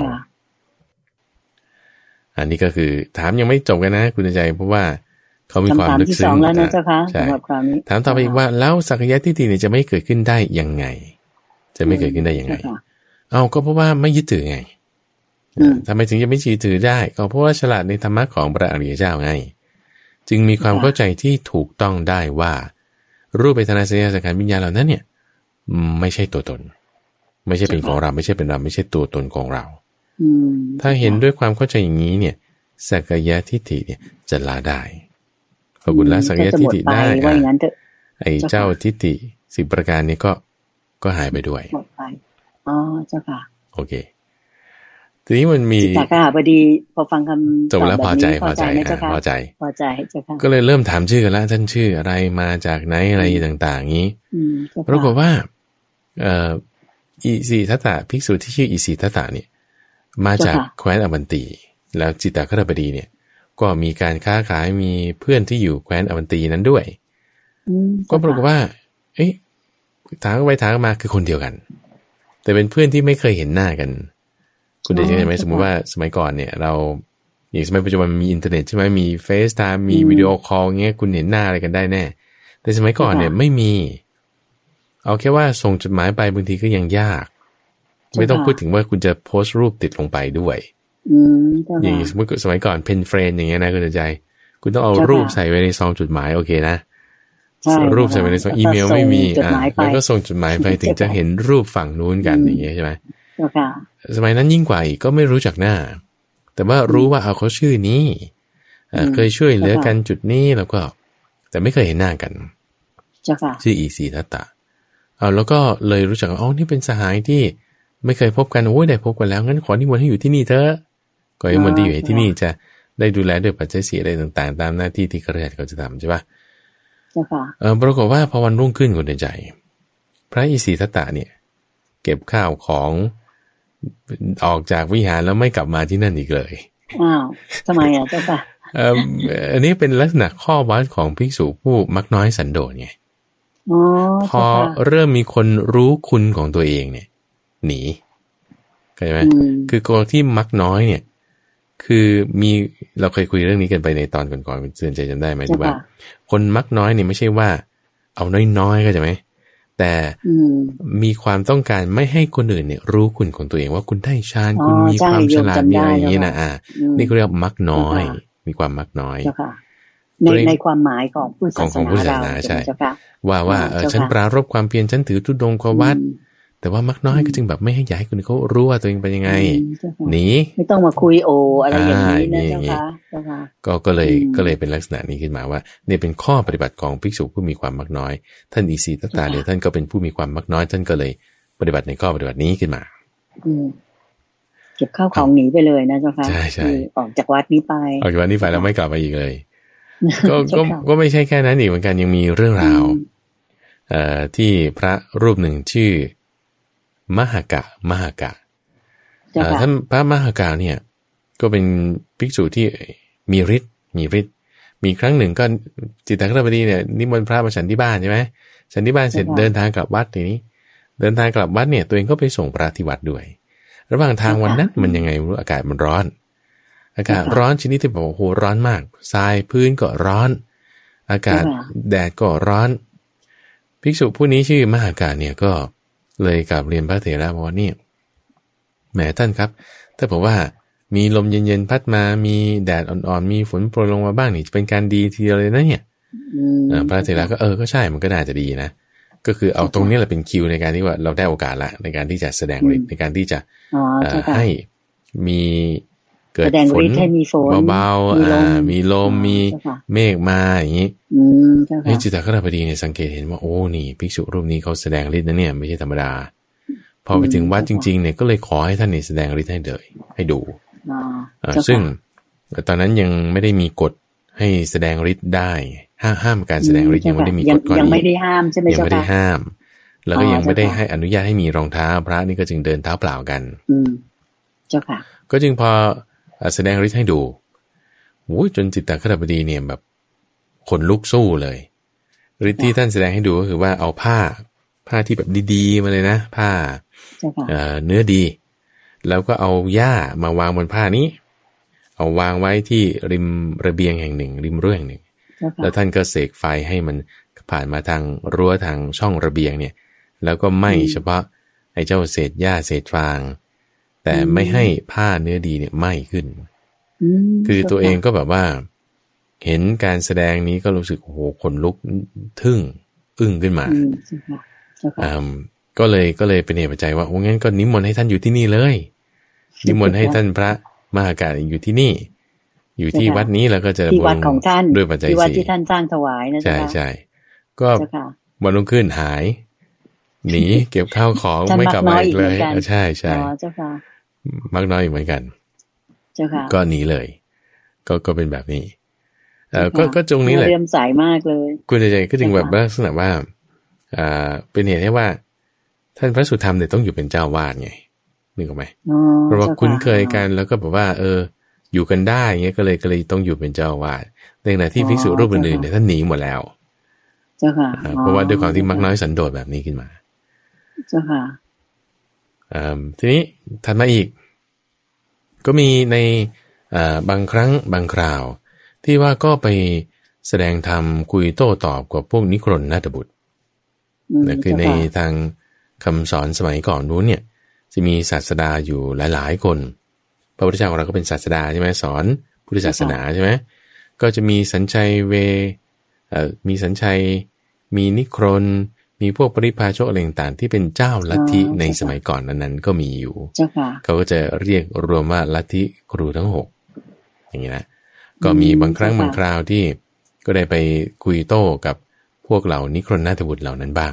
อันนี้ก็คือถามยังไม่จบกันนะคุณใจเพราะว่าเขามีความลึกซึ้งแล้วนะเจ้าค่ะใช่ถามต่อไปอีกว่าแล้วสักกายทิฏฐิเนี่ยจะไม่เกิดขึ้นได้ยังไงจะไม่เกิดขึ้นได้ยังไงเอาก็เพราะว่าไม่ยึดถือไงทำไมถึงจะไม่ยึดถือได้ก็เพราะว่าฉลาดในธรรมะของพระอริยเจ้าไงจึงมีความเข้าใจที่ถูกต้องได้ว่ารูปเวทนาสัญญาสังขารวิญญาณเหล่านั้นเนี่ยไม่ใช่ตัวตนไม่ใช่เป็นของเราไม่ใช่เป็นเราไม่ใช่ตัวตนของเราถ้าเห็นด้วยความเข้าใจอย่างนี้เนี่ยสักกายทิฏฐิเนี่ยจะละได้พอคุณละสักกายทิฏฐิได้ไอ้เจ้าทิฏฐิสิบประการนี้ก็ก็หายไปด้วยอ๋อเจ้าค่ะโอเคทีนี้มันมีจิตตคฤบดีพอฟังคำจบแล้วพอใจพอใจพอใจพอใจเจ้าค่ะก็เลยเริ่มถามชื่อกันแล้วท่านชื่ออะไรมาจากไหนอะไรต่างๆนี้ปรากฏว่าเอ่ออิสิทัตตะภิกษุที่ชื่ออิสิทัตตะเนี่ยมาจากแคว้นอวันตีแล้วจิตตคฤบดีเนี่ยก็มีการค้าขายมีเพื่อนที่อยู่แคว้นอวันตีนั้นด้วยก็ปรากฏว่าเอ๊ะถามไปถามมาคือคนเดียวกันแต่เป็นเพื่อนที่ไม่เคยเห็นหน้ากันคุณได้ใช่ไหมสมมติว่าสมัยก่อนเนี่ยเราอย่างสมัยปัจจุบันมีอินเทอร์เน็ตใช่ไหมมีเฟซไทม์มีวิดีโอคอลเงี้ยคุณเห็นหน้าอะไรกันได้แน่แต่สมัยก่อนเนี่ยไม่มีเอาแค่ว่าส่งจดหมายไปบางทีก็ยังยากไม่ต้องพูดถึงว่าคุณจะโพสต์รูปติดลงไปด้วยอย่างสมมติสมัยก่อนเพนเฟรนอย่างเงี้ยนะคุณใจคุณต้องเอารูปใส่ไว้ในซองจดหมายโอเคนะรูปใส่ไว้ในซองอีเมลไม่มีอ่าแล้วก็ส่งจดหมายไปถึงจะเห็นรูปฝั่งนู้นกันอย่างเงี้ยใช่ไหมสมัยนั้นยิ่งกว่าอีกก็ไม่รู้จักหน้าแต่ว่ารู้ว่าเอาเขาชื่อนี้เคยช่วยเหลือกันจุดนี้แล้วก็แต่ไม่เคยเห็นหน้ากันชื่ออีสีทัตตะเอาแล้วก็เลยรู้จักอ๋อนี่เป็นสหายที่ไม่เคยพบกันโอ้ยได้พบกันแล้วงั้นขอนิมนต์ให้อยู่ที่นี่เถอะก็นิมนต์ที่อยู่ที่นี่จะได้ดูแลด้วยปัจจัยสี่อะไรต่างๆตามหน้าที่ที่คฤหัสถ์เขาจะทำใช่ปะเออปรากฏว่าพอวันรุ่งขึ้นคนในใจพระอิสีทัตตะเนี่ยเก็บข้าวของออกจากวิหารแล้วไม่กลับมาที่นั่นอีกเลยอ้าวทำไมอ่ะเจ้าค่ะเอ่ออันนี้เป็นลักษณะข้อวัดของภิกษุผู้มักน้อยสันโดษไงพอเริ่มมีคนรู้คุณของตัวเองเนี่ยหนีเข้าใจไหมคือคนที่มักน้อยเนี่ยคือมีเราเคยคุยเรื่องนี้กันไปในตอนก่อนๆเตือนใจจำได้ไหมที่ว่าคนมักน้อยเนี่ยไม่ใช่ว่าเอาน้อยๆเข้าใจไหมแต่มีความต้องการไม่ให้คนอื่นเนี่ยรู้คุณของตัวเองว่าคุณได้ฌานคุณมีความฉลาดมีอะไรอย่างนี้นะอ่านี่เขาเรียกมักน้อยมีความมักน้อยในในความหมายของผู้ศาสนาเราใช่ว่าว่าเออฉันปรารภความเพียรฉันถือทุดงควัตรแต่ว่ามักน้อยก็จึงแบบไม่ให้ย้ายคนเขารู้ว่าตัวเองเป็นยังไงหนีไม่ต้องมาคุยโออะไรอย่างนี้นะเจ้าค่ะก็ก็เลยก็เลยเป็นลักษณะนี้ขึ้นมาว่าเนี่ยเป็นข้อปฏิบัติของภิกษุผู้มีความมักน้อยท่านอิสีทัตตะเนี่ยท่านก็เป็นผู้มีความมักน้อยท่านก็เลยปฏิบัติในข้อปฏิบัตินี้ขึ้นมาเก็บข้าวของหนีไปเลยนะเจ้าค่ะใช่ใช่ออกจากวัดนี้ไปออกจากวัดนี้ไปแล้วไม่กลับมาอีกเลยก็ก็ก็ไม่ใช่แค่นั้นอีกเหมือนกันยังมีเรื่องราวเอ่อที่พระรูปหนึ่งชื่อมหากะมหากะท่านพระมหากะเนี่ยก็เป็นภิกษุที่มีฤทธิ์มีฤทธิ์มีครั้งหนึ่งก็จิตตคฤบดีเนี่ยนิมนต์พระมาฉันที่บ้านใช่ไหมฉันที่บ้านเสร็จเดินทางกลับวัดทีนี้เดินทางกลับวัดเนี่ยตัวเองก็ไปส่งพระที่วัดด้วยระหว่างทางวันนั้นมันยังไงไม่รู้อากาศมันร้อนอากาศร้อนชนิดที่บอกโอ้โหร้อนมากทรายพื้นก็ร้อนอากาศแดดก็ร้อนภิกษุผู้นี้ชื่อมหากาเนี่ยก็เลยกลับเรียนพระเถระว่านี่แหมท่านครับถ้าบอกว่ามีลมเย็นๆพัดมามีแดดอ่อนๆมีฝนโปรยลงมาบ้างนี่จะเป็นการดีทีเดียวเลยนะเนี่ยพระเถระก็เออก็ใช่มันก็น่าจะดีนะก็คือเอาตรงนี้แหละเป็นคิวในการที่ว่าเราได้โอกาสละในการที่จะแสดงฤทธิ์ในการที่จะให้มีเกิดฝนเบาๆมีลมมีเมฆมาอย่างนี้ไอ้จิตตคฤบดีเนี่ยสังเกตเห็นว่าโอ้นี่ภิกษุรูปนี้เขาแสดงฤทธิ์นะเนี่ยไม่ใช่ธรรมดาพอไปถึงวัดจริงๆเนี่ยก็เลยขอให้ท่านนี่แสดงฤทธิ์ให้เลยให้ดูซึ่งตอนนั้นยังไม่ได้มีกฎให้แสดงฤทธิ์ได้ห้ามห้ามการแสดงฤทธิ์ยังไม่ได้มีกฎก่อนนี้ยังไม่ได้ห้ามใช่ไหมยังไม่ได้ห้ามแล้วก็ยังไม่ได้ให้อนุญาตให้มีรองเท้าพระนี่ก็จึงเดินเท้าเปล่ากันอืมเจ้าค่ะก็จึงพอแสดงฤทธิ์ให้ดูโอ้ยจนจิตตคฤบดีเนี่ยแบบขนลุกสู้เลยฤทธิ์ที่ท่านแสดงให้ดูก็คือว่าเอาผ้าผ้าที่แบบดีๆมาเลยนะผ้าเนื้อดีแล้วก็เอาหญ้ามาวางบนผ้านี้เอาวางไว้ที่ริมระเบียงแห่งหนึ่งริมรั้วแห่งหนึ่งแล้วท่านก็เสกไฟให้มันผ่านมาทางรั้วทางช่องระเบียงเนี่ยแล้วก็ไหม้เฉพาะไอ้เจ้าเศษหญ้าเศษฟางแต่ไม่ให้ผ้าเนื้อดีเนี่ยไหม้ขึ้นคือตัวเองก็แบบว่าเห็นการแสดงนี้ก็รู้สึกโอ้โหขนลุกทึ่งอึ้งขึ้นมาอ่าก็เลยก็เลยเป็นเหตุปัจจัยว่าโอ้งั้นก็นิมนต์ให้ท่านอยู่ที่นี่เลยนิมนต์ให้ท่านพระมหากาอยู่ที่นี่อยู่ที่วัดนี้แล้วก็จะที่วัดของท่านด้วยปัจจัยสี่ที่วัดที่ท่านสร้างถวายนะใช่ใช่ก็วันรุ่งขึ้นหายหนีเก็บข้าวของไม่กลับมาอีกเลยใช่ใช่มักน้อยอีกเหมือนกันก็หนีเลยก็ก็เป็นแบบนี้เออก็ก็ตรงนี้แหละเริ่มสายมากเลยคุณใจก็จึงแบบลักษณะว่าอ่าเป็นเหตุให้ว่าท่านพระสุธรรมเนี่ยต้องอยู่เป็นเจ้าวาดไงนึกออกไหมเพราะว่าคุ้นเคยกันแล้วก็แบบว่าเอออยู่กันได้เงี้ยก็เลยก็เลยต้องอยู่เป็นเจ้าวาดในขณะที่ภิกษุรูปอื่นๆเนี่ยท่านหนีหมดแล้วเจ้าค่ะเพราะว่าด้วยความที่มักน้อยสันโดษแบบนี้ขึ้นมาเจ้าค่ะอ่าทีนี้ถัดมาอีกก็มีในอ่าบางครั้งบางคราวที่ว่าก็ไปแสดงธรรมคุยโต้ตอบกับพวกนิครนนาถบุตรนั่นคือในทางคำสอนสมัยก่อนนู้นเนี่ยจะมีศาสดาอยู่หลายๆคนพระพุทธเจ้าของเราก็เป็นศาสดาใช่ไหมสอนพุทธศาสนาใช่ไหมก็จะมีสัญชัยเวเอ่อมีสัญชัยมีนิครนมีพวกปริพาชกอะไรต่างๆที่เป็นเจ้าลัทธิในสมัยก่อนนั้นๆก็มีอยู่เขาก็จะเรียกรวมว่าลัทธิครูทั้งหกอย่างนี้นะก็มีบางครั้งบางคราวที่ก็ได้ไปคุยโต้กับพวกเหล่านิครนนาถบุตรเหล่านั้นบ้าง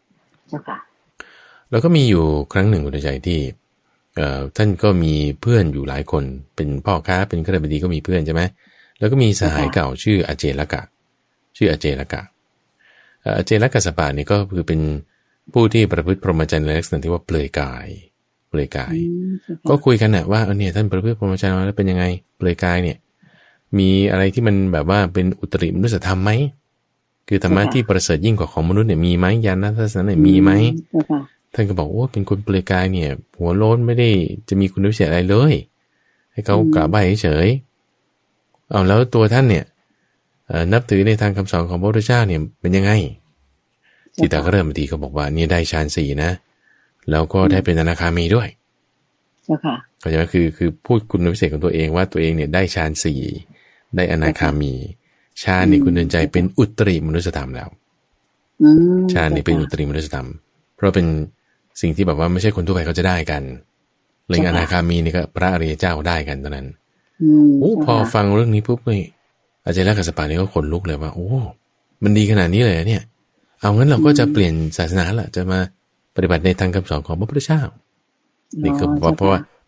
แล้วก็มีอยู่ครั้งหนึ่งคุณใจที่เอ่อท่านก็มีเพื่อนอยู่หลายคนเป็นพ่อค้าเป็นคฤบดีก็มีเพื่อนใช่ไหมแล้วก็มีสหายเก่าชื่ออเจลกะชื่ออเจลกะอเจลกะสปานี่ก็คือเป็นผู้ที่ประพฤติพรหมจรรย์ในลักษณะที่ว่าเปลือยกายเปลือยกายก็คุยกันนะว่าเออเนี่ยท่านประพฤติพรหมจรรย์มาแล้วเป็นยังไงเปลือยกายเนี่ยมีอะไรที่มันแบบว่าเป็นอุตริมนุสธรรมไหมคือธรรมะที่ประเสริฐยิ่งกว่าของมนุษย์เนี่ยมีไหมญาณทัศนะเนี่ยมีไหมท่านก็บอกว่าเป็นคนเปลือยกายเนี่ยหัวโล้นไม่ได้จะมีคุณวิเศษอะไรเลยให้เขากราบไหว้เฉยเอาแล้วตัวท่านเนี่ยนับถือในทางคำสอนของพระพุทธเจ้าเนี่ยเป็นยังไงจิตตคฤบดีก็บอกว่าเนี่ยได้ฌานสี่นะแล้วก็ได้เป็นอนาคามีด้วยเจ้าค่ะก็จะคือคือพูดคุณวิเศษของตัวเองว่าตัวเองเนี่ยได้ฌานสี่ได้อนาคามีฌานนี่คุณเดินใจเป็นอุตริมนุสธรรมแล้วฌานนี่เป็นอุตริมนุสธรรมเพราะเป็นสิ่งที่แบบว่าไม่ใช่คนทั่วไปเขาจะได้กันเลยอนาคามีนี่ก็พระอริยเจ้าได้กันตอนนั้นโอ้พอฟังเรื่องนี้ปุ๊บเลยอาจารย์ลักษณ์สปานี่ก็ขนลุกเลยว่าโอ้มันดีขนาดนี้เลยเนี่ยเอางั้นเราก็จะเปลี่ยนศาสนาละจะมาปฏิบัติในทางคำสอนของพระพุทธเจ้านี่คือเพราะเพราะว่า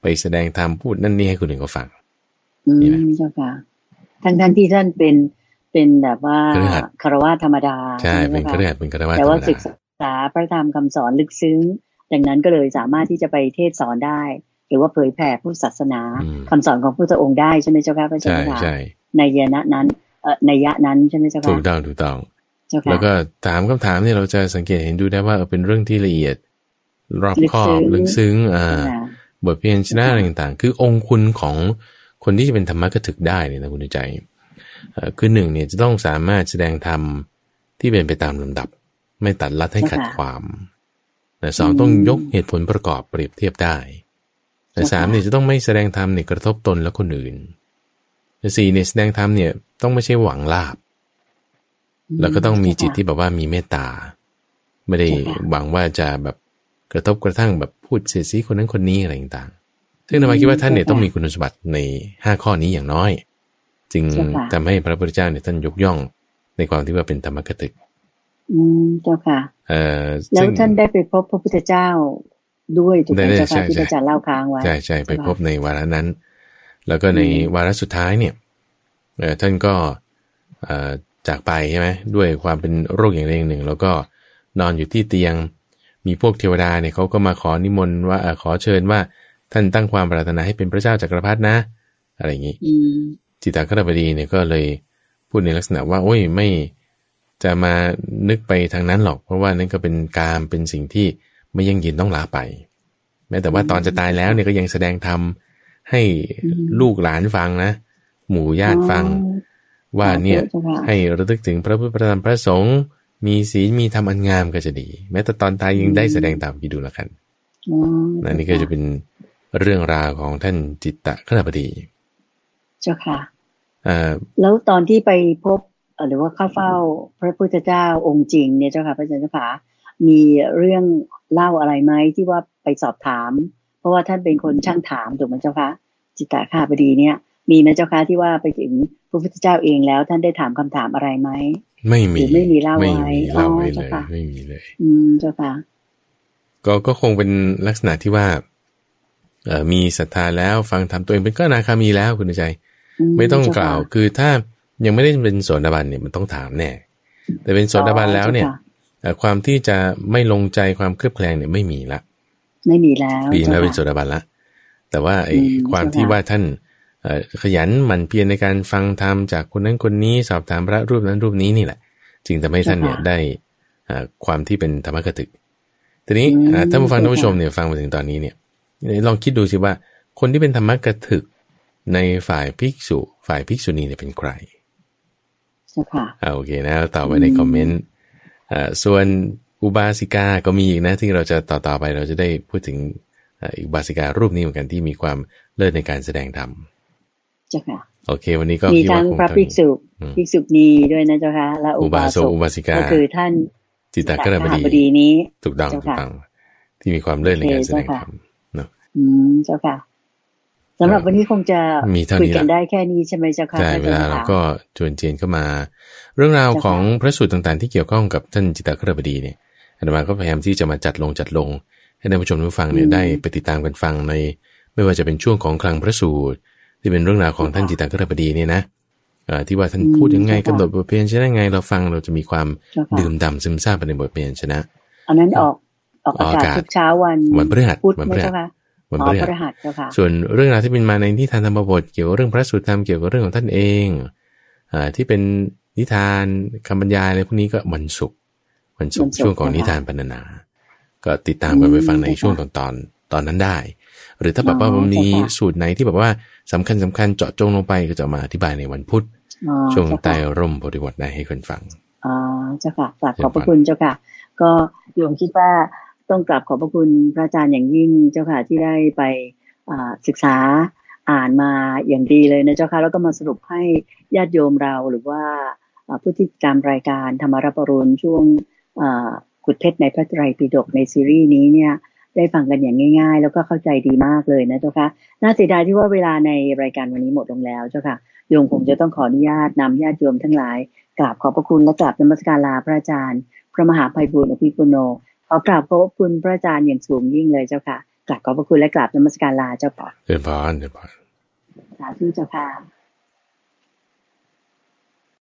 ไปแสดงธรรมพูดนั่นนี่ให้คนอื่นเขาฟังอืมเจ้าค่ะทั้งท่านที่ท่านเป็นเป็นแบบว่าคารวะธรรมดาใช่เป็นคารวะเป็นคารวะธรรมดาแต่ว่าศึกษาพระธรรมคำสอนลึกซึ้งดังนั้นก็เลยสามารถที่จะไปเทศสอนได้หรือว่าเผยแผ่พุทธศาสนาคำสอนของพระพุทธองค์ได้ใช่ไหมเจ้าค่ะพระเจ้าค่ะในยะนั้นเอ่อในยะนั้นใช่ไหมเจ้าค่ะถูกต้องถูกต้องแล้วก็ถามคำถามนี่เราจะสังเกตเห็นดูได้ว่าเป็นเรื่องที่ละเอียดรอบคอบลึกซึ้งอ่าบทเพียรชนะอะไรต่างๆคือองค์คุณของคนที่จะเป็นธรรมะกถึกได้เนี่ยนะคุณใจคือหนึ่งเนี่ยจะต้องสามารถแสดงธรรมที่เป็นไปตามลำดับไม่ตัดลัดให้ขัดความแต่สองต้องยกเหตุผลประกอบเปรียบเทียบได้แต่สามเนี่ยจะต้องไม่แสดงธรรมเนี่ยกระทบตนและคนอื่นแต่สี่เนี่ยแสดงธรรมเนี่ยต้องไม่ใช่หวังลาภแล้วก็ต้องมีจิตที่แบบว่ามีเมตตาไม่ได้หวังว่าจะแบบกระทบกระทั่งแบบพูดเสียดสีคนนั้นคนนี้อะไรต่างๆซึ่งธรรมะคิดว่าท่านเนี่ยต้องมีคุณสมบัติในห้าข้อนี้อย่างน้อยจึงทำให้พระพุทธเจ้าเนี่ยท่านยกย่องในความที่ว่าเป็นธรรมกถึกอืมเจ้าค่ะเอ่อแล้วท่านได้ไปพบพระพุทธเจ้าด้วยถูกไหมเจ้าค่ะที่อาจารย์เล่าค้างไว้ใช่ใช่ไปพบในวาระนั้นแล้วก็ในวาระสุดท้ายเนี่ยเอ่อท่านก็เอ่อจากไปใช่ไหมด้วยความเป็นโรคอย่างใดอย่างหนึ่งแล้วก็นอนอยู่ที่เตียงมีพวกเทวดาเนี่ยเขาก็มาขอนิมนต์ว่าขอเชิญว่าท่านตั้งความปรารถนาให้เป็นพระเจ้าจักรพรรดินะอะไรอย่างนี้จิตตคฤบดีเนี่ยก็เลยพูดในลักษณะว่าโอ้ยไม่จะมานึกไปทางนั้นหรอกเพราะว่านั่นก็เป็นกามเป็นสิ่งที่ไม่ยั่งยืนต้องลาไปแม้แต่ว่าตอนจะตายแล้วเนี่ยก็ยังแสดงธรรมให้ลูกหลานฟังนะหมู่ญาติฟังว่าเนี่ยให้ระลึกถึงพระพุทธพระธรรมพระสงฆ์มีศีลมีธรรมอันงามก็จะดีแม้แต่ตอนตายยังได้แสดงธรรมคิดดูละกันนั่นนี่ก็จะเป็นเรื่องราวของท่านจิตตคฤบดีเจ้าค่ะแล้วตอนที่ไปพบหรือว่าเข้าเฝ้าพระพุทธเจ้าองค์จริงเนี่ยเจ้าค่ะพระอาจารย์เจ้าค่ะมีเรื่องเล่าอะไรไหมที่ว่าไปสอบถามเพราะว่าท่านเป็นคนช่างถามถูกไหมเจ้าค่ะจิตตคฤบดีเนี่ยมีไหมเจ้าค่ะที่ว่าไปถึงพระพุทธเจ้าเองแล้วท่านได้ถามคำถามอะไรไหมไม่มีไม่มีเล่าไว้เล่าไว้เลยไม่มีเลยอืมเจ้าค่ะก็ก็คงเป็นลักษณะที่ว่าเอ่อมีศรัทธาแล้วฟังธรรมตัวเองเป็นก็อนาคามีแล้วคุณใจไม่ต้องกล่าวคือถ้ายังไม่ได้เป็นโสดาบันเนี่ยมันต้องถามแน่แต่เป็นโสดาบันแล้วเนี่ยความที่จะไม่ลงใจความเคลือบแคลงเนี่ยไม่มีละไม่มีแล้วปีแล้วเป็นโสดาบันละแต่ว่าไอ้ความที่ว่าท่านขยันหมั่นเพียรในการฟังธรรมจากคนนั้นคนนี้สอบถามพระรูปนั้นรูปนี้นี่แหละจึงทำให้ท่านเนี่ยได้ความที่เป็นธรรมกถึกทีนี้ท่านผู้ฟังท่านผู้ชมเนี่ยฟังมาถึงตอนนี้เนี่ยลองคิดดูสิว่าคนที่เป็นธรรมกถึกในฝ่ายภิกษุฝ่ายภิกษุณีเนี่ยเป็นใครอ่าโอเคนะต่อไปในคอมเมนต์อ่าส่วนอุบาสิกาก็มีอีกนะที่เราจะต่อต่อไปเราจะได้พูดถึงอุบาสิการูปนี้เหมือนกันที่มีความเลิศในการแสดงธรรมเจ้าค่ะโอเควันนี้ก็มีทั้งพระภิกษุภิกษุณีด้วยนะเจ้าค่ะและอุบาสกอุบาสิกาก็คือท่านจิตตคฤบดีนี้ถูกต้องถูกต้องที่มีความเลิศในการแสดงธรรมเนาะอืมเจ้าค่ะสำหรับวันนี้คงจะคุยกันได้แค่นี้ใช่ไหมเจ้าค่ะใช่เวลาเราก็ชวนเจนเข้ามาเรื่องราวของพระสูตรต่างๆที่เกี่ยวข้องกับท่านจิตตคฤบดีเนี่ยอาตมาก็พยายามที่จะมาจัดลงจัดลงให้ท่านผู้ชมผู้ฟังเนี่ยได้ไปติดตามกันฟังในไม่ว่าจะเป็นช่วงของคลังพระสูตรที่เป็นเรื่องราวของท่านจิตตคฤบดีเนี่ยนะที่ว่าท่านพูดยังไงกำหนดบทเพลงใช่ได้ไงเราฟังเราจะมีความดื่มด่ำซึมซาบไปในบทเพลงชนะอันนั้นออกออกอากาศทุกเช้าวันวันพฤหัสวันพฤหัสวันพฤหัสส่วนเรื่องราวที่เป็นมาในนิทานธรรมบทเกี่ยวกับเรื่องพระสูตรธรรมเกี่ยวกับเรื่องของท่านเองอ่าที่เป็นนิทานคำบรรยายอะไรพวกนี้ก็วันศุกร์วันศุกร์ช่วงของนิทานปรรณนาก็ติดตามกันไปฟังในช่วงตอนตอนตอนนั้นได้หรือถ้าแบบว่ามันมีสูตรไหนที่แบบว่าสำคัญสำคัญเจาะจงลงไปก็จะมาอธิบายในวันพุธช่วงใต้ร่มโพธิวัตรได้ให้คนฟังอ๋อเจ้าค่ะกราบขอบพระคุณเจ้าค่ะก็โยมคิดว่าต้องกราบขอบพระคุณพระอาจารย์อย่างยิ่งเจ้าค่ะที่ได้ไปศึกษาอ่านมาอย่างดีเลยนะเจ้าค่ะแล้วก็มาสรุปให้ญาติโยมเราหรือว่าผู้ที่ติดตามรายการธรรมรับอรุณช่วงขุดเพชรในพระไตรปิฎกในซีรีส์นี้เนี่ยได้ฟังกันอย่างง่ายๆแล้วก็เข้าใจดีมากเลยนะเจ้าค่ะน่าเสียดายที่ว่าเวลาในรายการวันนี้หมดลงแล้วเจ้าค่ะโยมคงจะต้องขออนุญาตนำญาติโยมทั้งหลายกราบขอบพระคุณและกราบนมัสการลาพระอาจารย์พระมหาไพบูลย์อภิปุโนขอกราบขอบพระคุณพระอาจารย์อย่างสูงยิ่งเลยเจ้าค่ะกราบขอบพระคุณและกราบนมัสการลาเจ้าค่ะเดินพานเดินพานสาธุเจ้าค่ะ